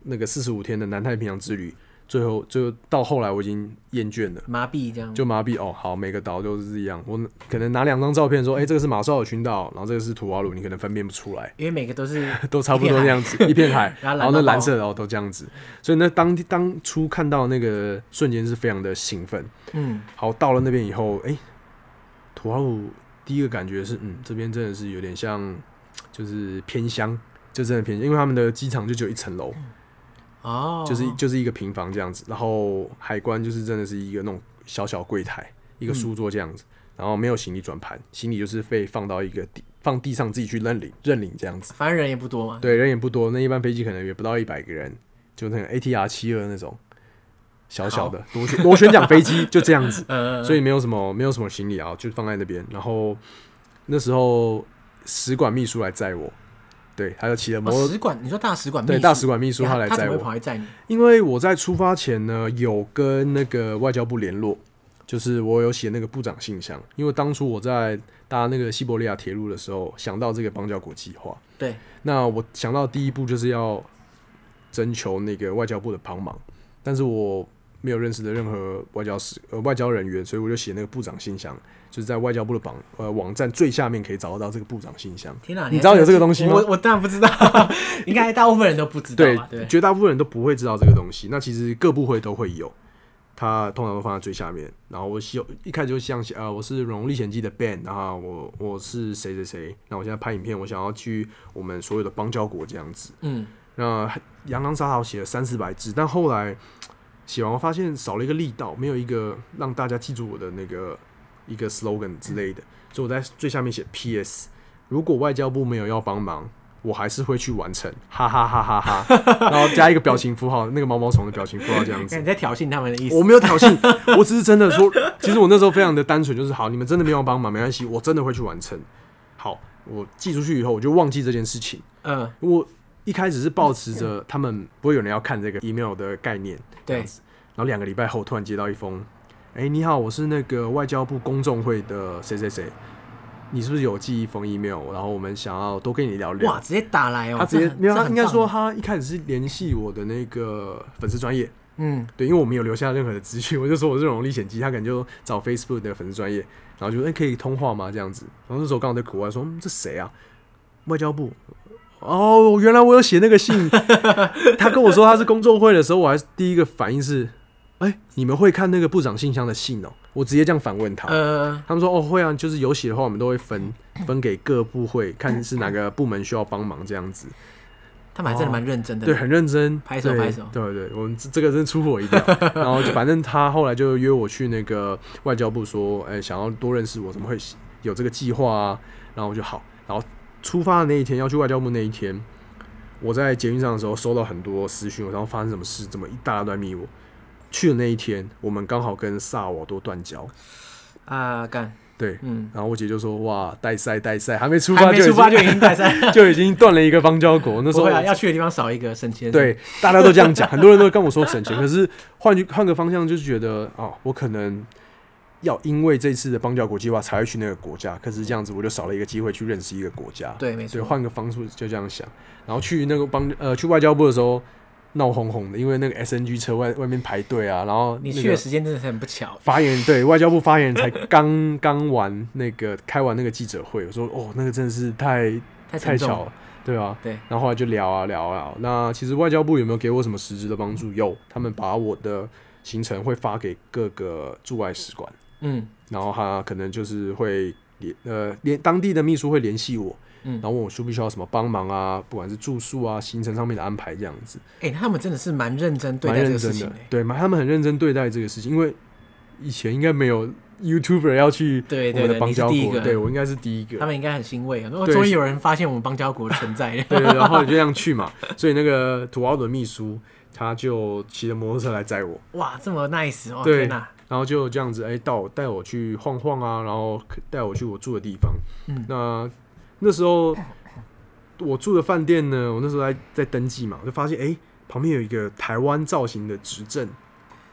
那个45天的南太平洋之旅，最后到后来我已经厌倦了， 麻痹这样， 就麻痹哦。好，每个岛都是一样。我可能拿2张照片说，这个是马绍尔群岛，然后这个是图瓦鲁，你可能分辨不出来， 因为每个都是都差不多那样子，一片海，然后那蓝色的都这样子。所以那当初看到那个瞬间是非常的兴奋。好，到了那边以后，图瓦鲁第一个感觉是，这边真的是有点像，就是偏乡，就真的偏乡，因为他们的机场就只有1层楼。就是一个平房这样子，然后海关就是真的是一个那种小小柜台，一个书桌这样子，然后没有行李转盘，行李就是被放到一个放地上自己去认领这样子。 反正人也不多嘛。 对，人也不多，那一般飞机可能也不到100个人，就那个 ATR-72那种小小的螺旋桨飞机就这样子，所以没有什么行李啊，就放在那边。然后那时候使馆秘书来载我。对，他就骑了摩托。 使馆，你说大使馆秘书？ 对，大使馆秘书他来载我。 他怎么会跑来载你？ 因为我在出发前呢，有跟那个外交部联络，就是我有写那个部长信箱。因为当初我在搭那个西伯利亚铁路的时候，想到这个邦交国计划。 对。 那我想到第一步就是要征求那个外交部的帮忙，但是我没有认识的任何外交人员，所以我就写那个部长信箱。就是在外交部的网站最下面可以找得到这个部长信箱。 天哪， 你知道有这个东西吗？ 我当然不知道，应该大部分人都不知道吧？ 对，绝大部分人都不会知道这个东西。那其实各部会都会有，它通常都放在最下面。然后一开始就像我是《荣历险记》的 Ben， 然后我是谁谁谁，那我现在拍影片，我想要去我们所有的邦交国这样子。那洋洋洒洒写了300-400字，但后来写完我发现少了一个力道，没有一个让大家记住我的那个。一个 slogan 之类的，所以我在最下面写 PS， 如果外交部没有要帮忙，我还是会去完成，哈哈哈哈哈，然后加一个表情符号，那个毛毛虫的表情符号这样子。 你在挑衅他们的意思？ 我没有挑衅，我只是真的说，其实我那时候非常的单纯，就是好，你们真的没有帮忙没关系，我真的会去完成。好，我寄出去以后，我就忘记这件事情。我一开始是抱持着他们不会有人要看这个 email 的概念，这样子。然后2个礼拜后，突然接到一封。你好，我是那个外交部公众会的谁谁谁，你是不是有寄一封 email？ 然后我们想要多跟你聊聊。 哇，直接打来哦！ 他直接没有，他应该说他一开始是联系我的那个粉丝专页，对，因为我没有留下任何的资讯，我就说我是《荣历险记》，他可能就找 Facebook 的粉丝专页，然后就可以通话吗？这样子。然后那时候刚好在国外说，这谁啊？外交部。哦，原来我有写那个信。他跟我说他是公众会的时候，我还是第一个反应是。你们会看那个部长信箱的信哦？我直接这样反问他。他们说会啊，就是有写的话，我们都会分给各部会，看是哪个部门需要帮忙这样子。 他们还真的蛮认真的， 对，很认真， 拍手。 对，我们这个真的出乎我意料。然后反正他后来就约我去那个外交部说，想要多认识我，怎么会有这个计划啊？然后我就好，然后出发的那一天，要去外交部那一天，我在捷运上的时候收到很多私讯，然后发生什么事，怎么一大堆密我。去的那一天，我们刚好跟萨尔瓦多断交啊， 对，然后我姐就说：“哇，带赛，还没出发就已经带赛， 就已经断了一个邦交国。”那时候要去的地方少一个省钱。 对，大家都这样讲，很多人都跟我说省钱，可是换个方向，就是觉得我可能要因为这次的邦交国计划才会去那个国家，可是这样子我就少了一个机会去认识一个国家。 对，没错。 对，换个方式就这样想，然后去那个去外交部的时候。闹哄哄的，因为那个 SNG 车外面排队啊，然后你去的时间真的是很不巧。 发言人对外交部发言人才刚完开完那个记者会，我说那个真的是太巧了，对啊， 对。 然后后来就聊啊，那其实外交部有没有给我什么实质的帮助？有，他们把我的行程会发给各个驻外使馆，然后他可能就是会当地的秘书会联系我。然后问我需不需要什么帮忙啊，不管是住宿啊、行程上面的安排这样子。 他们真的是蛮认真对待这个事情的。 对，他们很认真对待这个事情，因为以前应该没有 YouTuber 要去我们的邦交国，对，我应该是第一个。 他们应该很欣慰，终于有人发现我们邦交国的存在。 对，然后就这样去嘛。所以那个土豪的秘书他就骑着摩托车来载我。 哇，这么 nice 哦！ 对，然后就这样子，带我去晃晃啊，然后带我去我住的地方。那时候我住的饭店呢，我那时候在登记嘛，我就发现旁边有一个台湾造型的执政，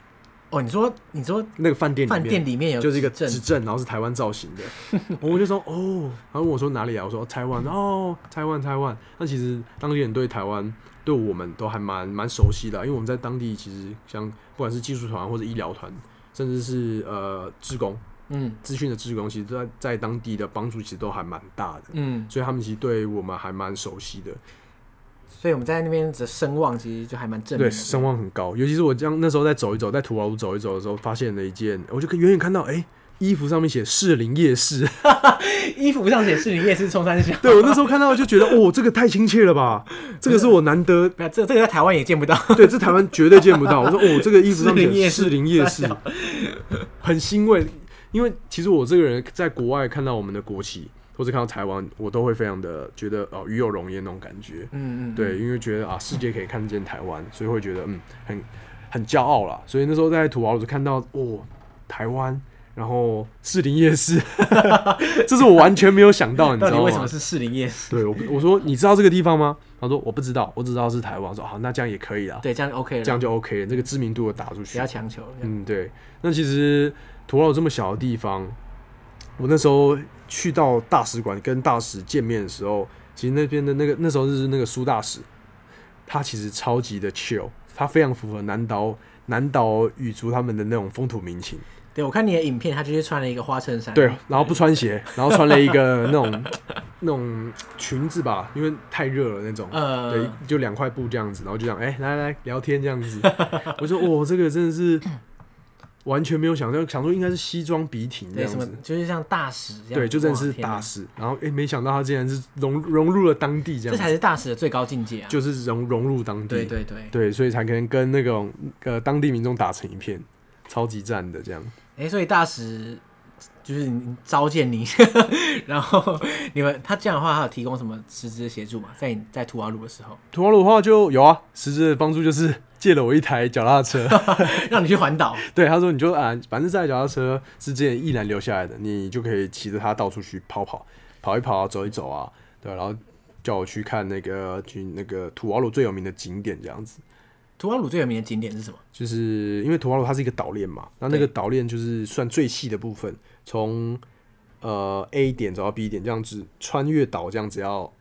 哦，你说那个饭店里面有就是一个指镇，然后是台湾造型的。我就说哦，然后问我说哪里啊？我说台湾。哦，台湾。那其实当地人对台湾对我们都还蛮熟悉的，因为我们在当地其实像不管是技术团或者医疗团，甚至是志工，资讯的志工，其实在当地的帮助其实都还蛮大的。所以他们其实对我们还蛮熟悉的。 所以我们在那边的声望其实就还蛮正面的， 对，声望很高。尤其是我那时候在走一走，在土瓦鲁走一走的时候，发现了一件，我就远远看到，衣服上面写士林夜市， 衣服上写士林夜市冲三小。 对，我那时候看到就觉得，这个太亲切了吧，这个是我难得， 这个在台湾也见不到， 对，这台湾绝对见不到。我说，这个衣服上面写士林夜市，很欣慰，因为其实我这个人在国外看到我们的国旗，或者看到台湾，我都会非常的觉得与有荣焉那种感觉。对，因为觉得世界可以看见台湾，所以会觉得很骄傲啦。所以那时候在土瓦鲁就看到台湾，然后士林夜市，这是我完全没有想到，你知道吗？ 到底为什么是士林夜市？ 对，我说你知道这个地方吗？他说我不知道，我只知道是台湾。我说好，那这样也可以啦。 对，这样 OK 了， 这样就 OK 了，这个知名度有打出去， 不要强求。 对。那其实土瓦鲁这么小的地方，我那时候去到大使馆跟大使见面的时候，其实那边的那时候是那个苏大使，他其实超级的 chill， 他非常符合南岛语族他们的那种风土民情。 对，我看你的影片，他就是穿了一个花衬衫， 对，然后不穿鞋，然后穿了一个那种裙子吧，因为太热了那种，对，就2块布这样子，然后就这样，来聊天这样子。我说这个真的是完全没有想说应该是西装笔挺这样子， 就是像大使这样， 对，就真的是大使。然后没想到他竟然是融入了当地这样子， 这才是大使的最高境界啊！ 就是融入当地， 对， 所以才可能跟那种当地民众打成一片，超级赞的这样。 所以大使就是召见你，然后他这样的话，他有提供什么实质的协助吗？在土瓦鲁的时候， 土瓦鲁的话就有啊，实质的帮助就是借了我一台脚踏车， 让你去环岛。对， 他说你就反正这台脚踏车是之前一兰留下来的，你就可以骑着它到处去跑一跑，走一走啊，对，然后叫我去看去那个土瓦鲁最有名的景点这样子。 土瓦鲁最有名的景点是什么？ 就是因为土瓦鲁它是一个岛链嘛，那个岛链就是算最细的部分，从A 点走到 B 点这样子穿越岛，这样只要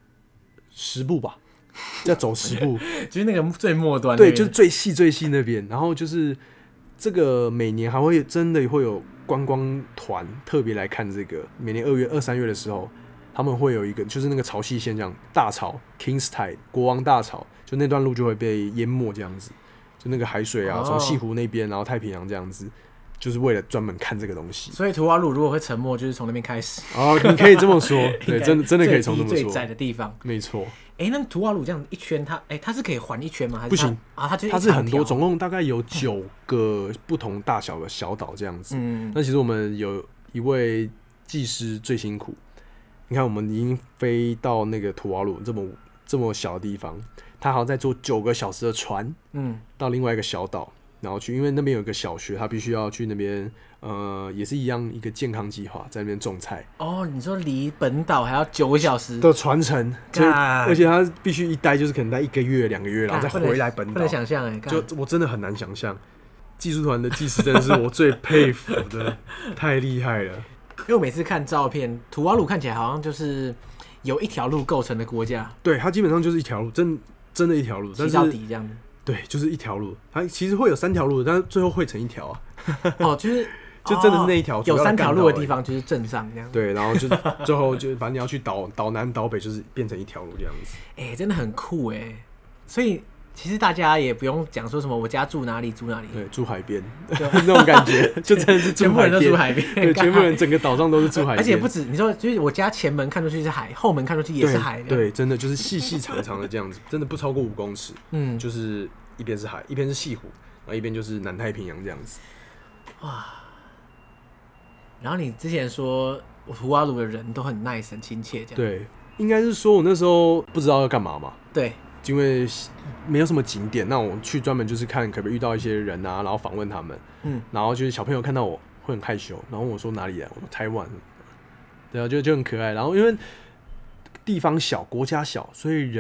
10步吧，要走10步， 就是那个最末端， 对，就是最细那边。然后就是这个每年还会真的会有观光团特别来看这个，每年2月、2、3月的时候，他们会有一个就是那个潮汐线这样大潮 King's Tide 国王大潮。就那段路就会被淹没这样子，就那个海水啊，从西湖那边，然后太平洋这样子，就是为了专门看这个东西。 所以土瓦鲁如果会沉没，就是从那边开始。 你可以这么说，对，真的可以从这么说。 最窄的地方， 没错。 那土瓦鲁这样一圈，它是可以环一圈吗？还是不行啊？ 它是很多，总共大概有9个不同大小的小岛这样子。那其实我们有一位技师最辛苦，你看我们已经飞到那个土瓦鲁这么小的地方。他好像在坐9个小时的船，到另外一个小岛，然后去，因为那边有一个小学，他必须要去那边，也是一样一个健康计划，在那边种菜。你说离本岛还要9个小时的船程，而且他必须一待就是可能待1个月、2个月，然后再回来本岛。 不能想象就我真的很难想象，技术团的技师真的是我最佩服的，太厉害了。 因为我每次看照片，土瓦鲁看起来好像就是有一条路构成的国家， 对，它基本上就是一条路，真的一条路， 骑到底这样子。 对，就是一条路。它其实会有3条路，但是最后汇成一条啊。就真的是那一条。 有3条路的地方就是镇上这样。 对，然后就最后就反正你要去岛南岛北，就是变成一条路这样子。 真的很酷所以其实大家也不用讲说什么我家住哪里， 对，住海边那种感觉，就真的是全部人都住海边， 对，全部人整个岛上都是住海边， 而且不止你说，就是我家前门看出去是海，后门看出去也是海， 对，真的就是细长的这样子，真的不超过5公尺，就是一边是海，一边是西湖，然后一边就是南太平洋这样子，哇！ 然后你之前说土瓦鲁的人都很 nice 很亲切，这样对，应该是说我那时候不知道要干嘛嘛， 对。 因为没有什么景点，那我去专门就是看可不可以遇到一些人啊，然后访问他们，然后就是小朋友看到我会很害羞，然后问我说哪里来，我说台湾，对啊，就很可爱。然后因为地方小，国家小，所以人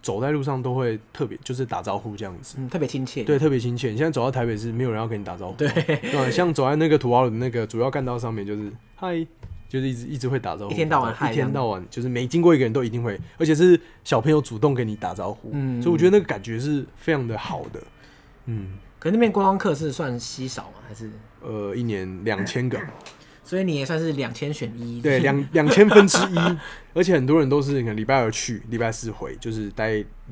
走在路上都会特别就是打招呼这样子， 特别亲切。 对，特别亲切。你现在走到台北市，没有人要跟你打招呼。 对， 对，像走在那个土瓦鲁的那个主要干道上面，就是嗨，就是一直会打招呼， 一天到晚嗨， 一天到晚就是每经过一个人都一定会，而且是小朋友主动跟你打招呼，所以我觉得那个感觉是非常的好的。 可是那边观光客是算稀少吗？还是一年2000个， 所以你也算是2000选1， 对，2000分之一，而且很多人都是可能礼拜2去，礼拜4回，就是待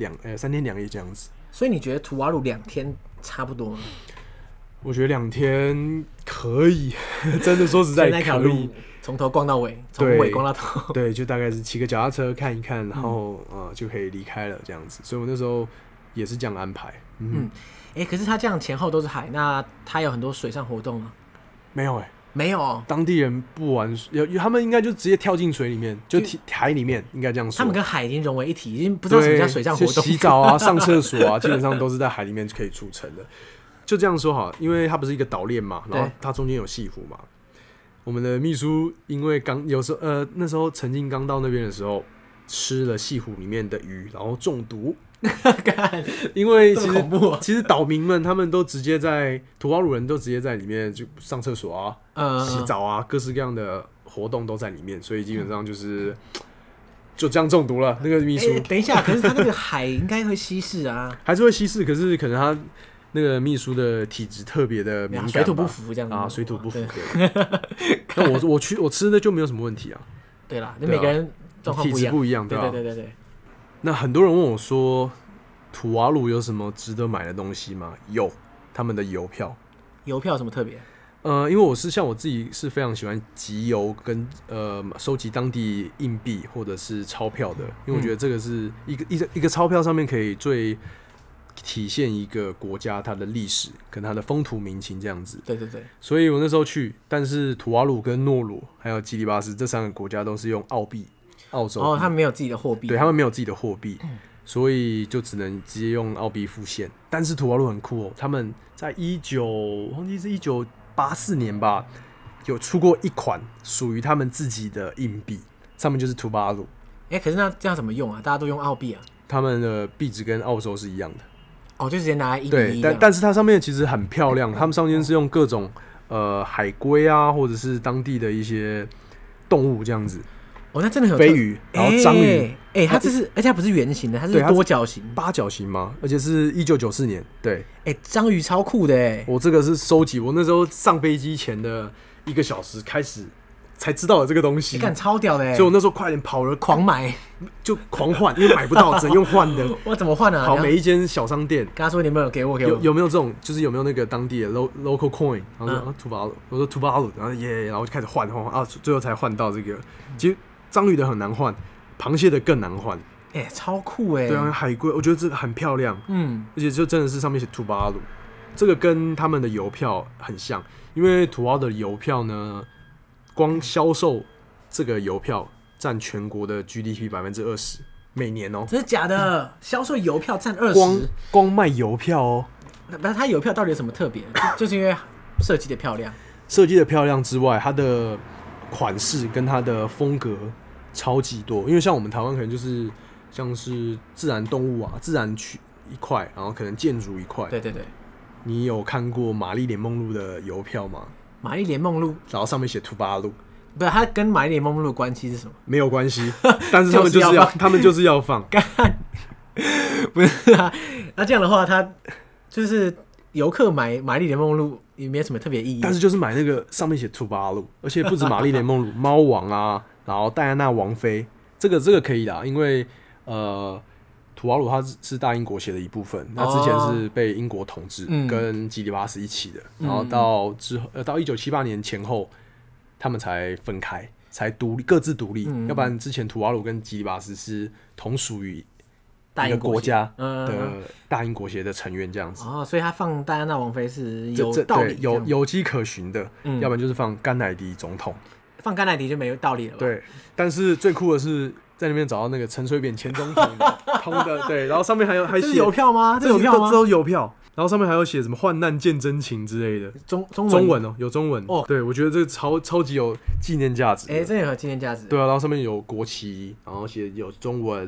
3天2夜这样子。 所以你觉得图瓦鲁2天差不多吗？ 我觉得2天可以，真的说实在可以， 从头逛到尾，从尾逛到头。 对，就大概是骑个脚踏车看一看，然后就可以离开了这样子。所以我那时候也是这样安排。 可是他这样前后都是海，那他有很多水上活动吗？ 没有没有。当地人不玩，他们应该就直接跳进水里面，就海里面，应该这样说。 他们跟海已经融为一体，已经不知道什么叫水上活动。 洗澡啊，上厕所啊，基本上都是在海里面可以促成的。就这样说好了，因为它不是一个岛链嘛，然后它中间有西湖嘛。我们的秘书因为那时候曾经刚到那边的时候，吃了西湖里面的鱼，然后中毒。因为其实岛民们他们都直接在土瓦鲁人都直接在里面就上厕所啊、洗澡啊，各式各样的活动都在里面，所以基本上就这样中毒了。那个秘书， 等一下，可是他那个海应该会稀释啊， 还是会稀释，可是可能他那个秘书的体质特别的敏感， 水土不服这样子啊，水土不服。那我吃的就没有什么问题啊。 对啦，每个人状况体质不一样，对吧？ 对。 那很多人问我说，土瓦鲁有什么值得买的东西吗？有，他们的邮票。 邮票有什么特别？ 因为我自己是非常喜欢集邮跟收集当地硬币或者是钞票的，因为我觉得这个是一个钞票上面可以最体现一个国家它的历史跟它的风土民情这样子。 对。 所以我那时候去，但是土瓦鲁跟诺鲁还有基里巴斯这3个国家都是用澳币。澳洲他们没有自己的货币， 对，他们没有自己的货币，所以就只能直接用澳币付现。但是土瓦鲁很酷他们在忘记是1984年吧，有出过一款属于他们自己的硬币，上面就是土瓦鲁。 可是那这样怎么用啊？大家都用澳币啊？ 他们的币值跟澳洲是一样的， 就直接拿来1:1。 对，但是它上面其实很漂亮，他们上面是用各种海龟啊，或者是当地的一些动物这样子。 那真的很飞鱼，然后章鱼， 它这是，而且它不是圆形的，它是多角形、 8角形吗？而且是1994年，对， 章鱼超酷的我这个是收集，我那时候上飞机前的1个小时开始才知道有这个东西， 超屌的所以我那时候快点跑了， 狂买， 就狂换，因为买不到，只能用换的。 我怎么换啊？ 跑每一间小商店， 跟他说你有没有给我， 有没有这种，就是有没有那个当地的 local coin， 然后说土瓦鲁，我说土瓦鲁，然后然后就开始换最后才换到这个，其实。章鱼的很难换，螃蟹的更难换。 超酷对啊，海龟，我觉得这个很漂亮。而且就真的是上面写土瓦鲁，这个跟他们的邮票很像，因为土瓦鲁的邮票呢，光销售这个邮票占全国的 GDP 20%，每年真的假的？销售邮票占20%， 光卖邮票那它邮票到底有什么特别？就是因为设计的漂亮。 设计的漂亮之外，它的款式跟它的风格超级多，因为像我们台湾可能就是像是自然动物啊，自然区一块，然后可能建筑一块。 对。 你有看过玛丽莲梦露的邮票吗？ 玛丽莲梦露， 然后上面写土巴鲁， 不是，它跟玛丽莲梦露的关系是什么？ 没有关系，但是他们就是要放。 干，不是啊？那这样的话，它就是游客买玛丽莲梦露也没有什么特别意义。 但是就是买那个上面写土巴鲁，而且不止玛丽莲梦露，猫王啊。然后戴安娜王妃，这个可以啦，因为土瓦鲁它是大英国协的一部分，那之前是被英国统治，跟基里巴斯一起的，然后到1978年前后，他们才分开，才各自独立，要不然之前土瓦鲁跟基里巴斯是同属于一个国家的大英国协的成员这样子。 所以他放戴安娜王妃是有道理， 有迹可循的，要不然就是放甘乃迪总统。 放甘乃迪就没有道理了吧？ 对，但是最酷的是在那边找到那个陈水扁前总统通的，对，然后上面还写邮票吗？这有票吗？ 这有邮票，然后上面还有写什么患难见真情之类的，中文有中文对，我觉得这个超级有纪念价值， 真的有纪念价值。 对啊，然后上面有国旗，然后有中文，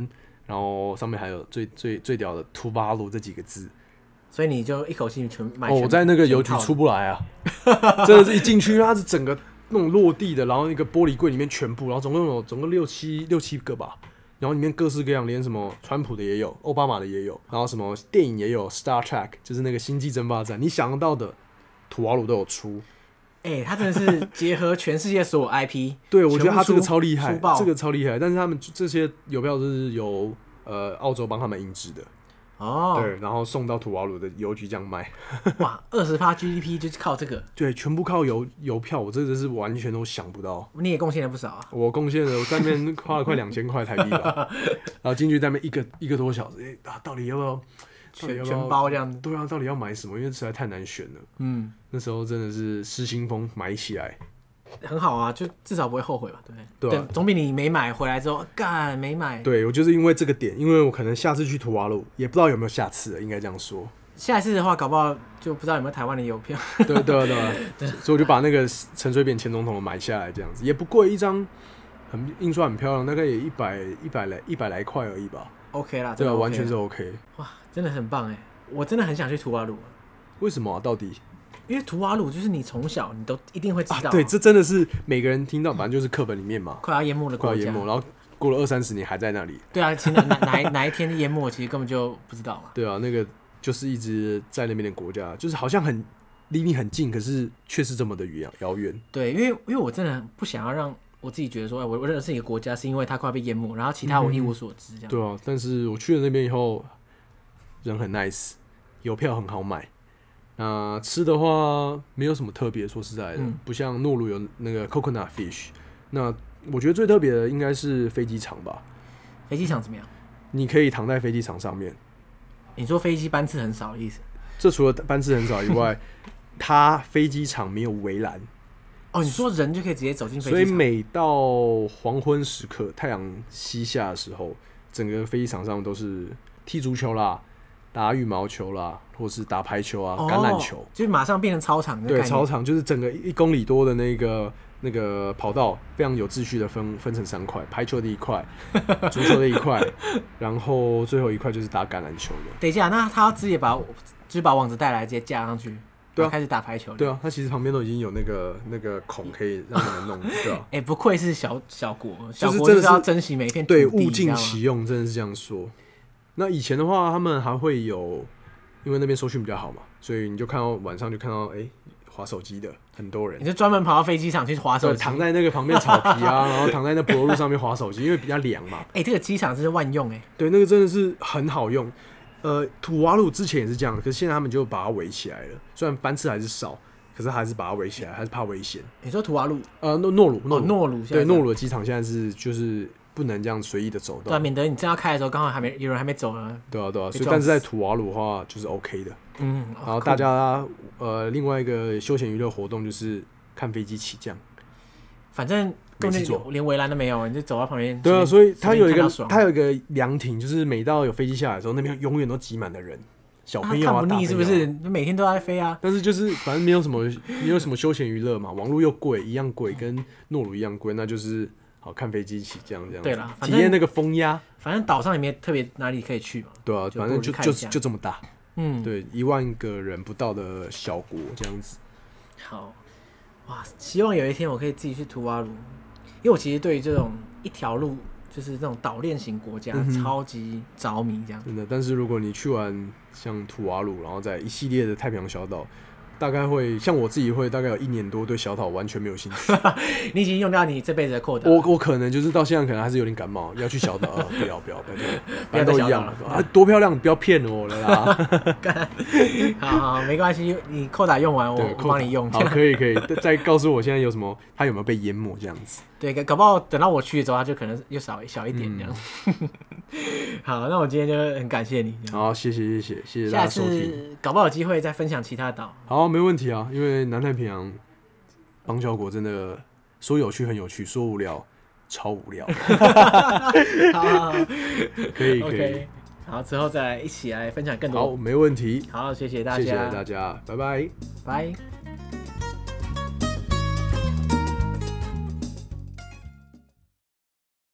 然后上面还有最屌的图瓦鲁这几个字。 所以你就一口气买我在那个邮局出不来啊，真的是一进去，它是整个那种落地的，然后一个玻璃柜里面全部，然后总共六七个吧，然后里面各式各样，连什么川普的也有，奥巴马的也有，然后什么电影也有 ，Star Trek 就是那个星际争霸战，你想到的图瓦鲁都有出。 他真的是结合全世界所有 IP， 对，我觉得他这个超厉害，这个超厉害。但是他们这些邮票都是由澳洲帮他们印制的。对，然后送到图瓦鲁的邮局这样卖。 哇，20% GDP 就是靠这个。 对，全部靠邮票，我真的是完全都想不到。 你也贡献了不少啊。 我贡献了，我在那边花了快2000块台币吧，然后进去在那边一个多小时，到底要不要？ 全包这样子。 对啊，到底要买什么？因为实在太难选了。那时候真的是失心疯买起来。 很好啊，就至少不会后悔吧，对不对？对，总比你没买回来之后干没买。 对，我就是因为这个点，因为我可能下次去图瓦鲁也不知道有没有下次了，应该这样说。 下一次的话，搞不好就不知道有没有台湾的邮票。 对，所以我就把那个陈水扁前总统买下来，这样子也不贵，一张印刷很漂亮，大概也100来块而已吧。 OK 啦， 对啊，完全是 OK。 哇，真的很棒哎！我真的很想去图瓦鲁。 为什么啊？到底？ 因为图瓦鲁就是你从小你都一定会知道。 对，这真的是每个人听到，反正就是课本里面嘛， 快要淹没的国家， 然后过了20-30年还在那里。 对啊，其实哪一天淹没，其实根本就不知道嘛。 对啊，那个就是一直在那边的国家，就是好像离你很近，可是却是这么的遥远。 对，因为我真的不想要让我自己觉得说，我认识一个国家是因为它快被淹没，然后其他我一无所知这样。 对啊，但是我去了那边以后，人很 nice， 邮票很好买。那吃的话没有什么特别，说实在的，不像诺鲁有那个 coconut fish。那我觉得最特别的应该是飞机场吧。 飞机场怎么样？ 你可以躺在飞机场上面。 你说飞机班次很少的意思？ 这除了班次很少以外，它飞机场没有围栏。 你说人就可以直接走进飞机场？ 所以每到黄昏时刻，太阳西下的时候，整个飞机场上都是踢足球啦。打羽毛球啦，或是打排球啊、橄榄球， 就马上变成操场。 对，操场就是整个1公里多的那个跑道，非常有秩序的分成3块，排球的1块，足球的1块，然后最后1块就是打橄榄球的。 等一下，那他要直接把网子带来，直接架上去，对啊，开始打排球。 对啊，他其实旁边都已经有那个孔可以让他们弄，对啊。 不愧是小国，小国就是要珍惜每一片土地， 对，物尽其用，真的是这样说。那以前的话，他们还会有，因为那边收讯比较好嘛，所以你就看到晚上就看到滑手机的很多人。 你就专门跑到飞机场去滑手机， 躺在那个旁边草皮啊，然后躺在那柏油路上面滑手机，因为比较凉嘛。 这个机场真是万用对，那个真的是很好用。图瓦鲁之前也是这样，可是现在他们就把它围起来了，虽然班次还是少，可是还是把它围起来，还是怕危险。 你说图瓦鲁？ 诺鲁。 对， 诺鲁的机场现在是就是不能这样随意的走动， 对啊，免得你正要开的时候，刚好有人还没走呢。 对啊，所以但是在图瓦鲁的话就是 OK 的。然后大家另外一个休闲娱乐活动就是看飞机起降， 反正连围栏都没有，你就走到旁边。 对啊，所以它有一个凉亭，就是每到有飞机下来的时候，那边永远都挤满了人。小朋友看不腻是不是？每天都在飞啊。 但是就是反正没有什么休闲娱乐嘛，网络又贵，一样贵，跟诺鲁一样贵，那就是好看飞机起降这样。 对啦， 体验那个风压。 反正岛上也没特别哪里可以去嘛。 对啊，反正就这么大。对，1万个人不到的小国这样子。 好，哇，希望有一天我可以自己去图瓦鲁，因为我其实对于这种一条路。就是那种岛链型国家，超级着迷这样。真的，但是如果你去完像图瓦鲁，然后在一系列的太平洋小岛，大概会像我自己会大概有1年多对小岛完全没有兴趣。 你已经用掉你这辈子的扣打。 我可能就是到现在可能还是有点感冒，要去小岛不要，反正都一样多漂亮，不要骗我了啦。 好，没关系，你扣打用完我帮你用。 好，可以，再告诉我现在有什么，它有没有被淹没这样子。 对，搞不好等到我去的时候，它就可能又小一点这样。好，那我今天就很感谢你。 好，谢谢大家收听。 下次搞不好有机会再分享其他岛。 好，没问题啊，因为南太平洋邦交国真的说有趣很有趣，说无聊超无聊。 好， 可以。 好，之后再一起来分享更多。 好，没问题。 好，谢谢大家， 谢谢大家，拜拜。 拜。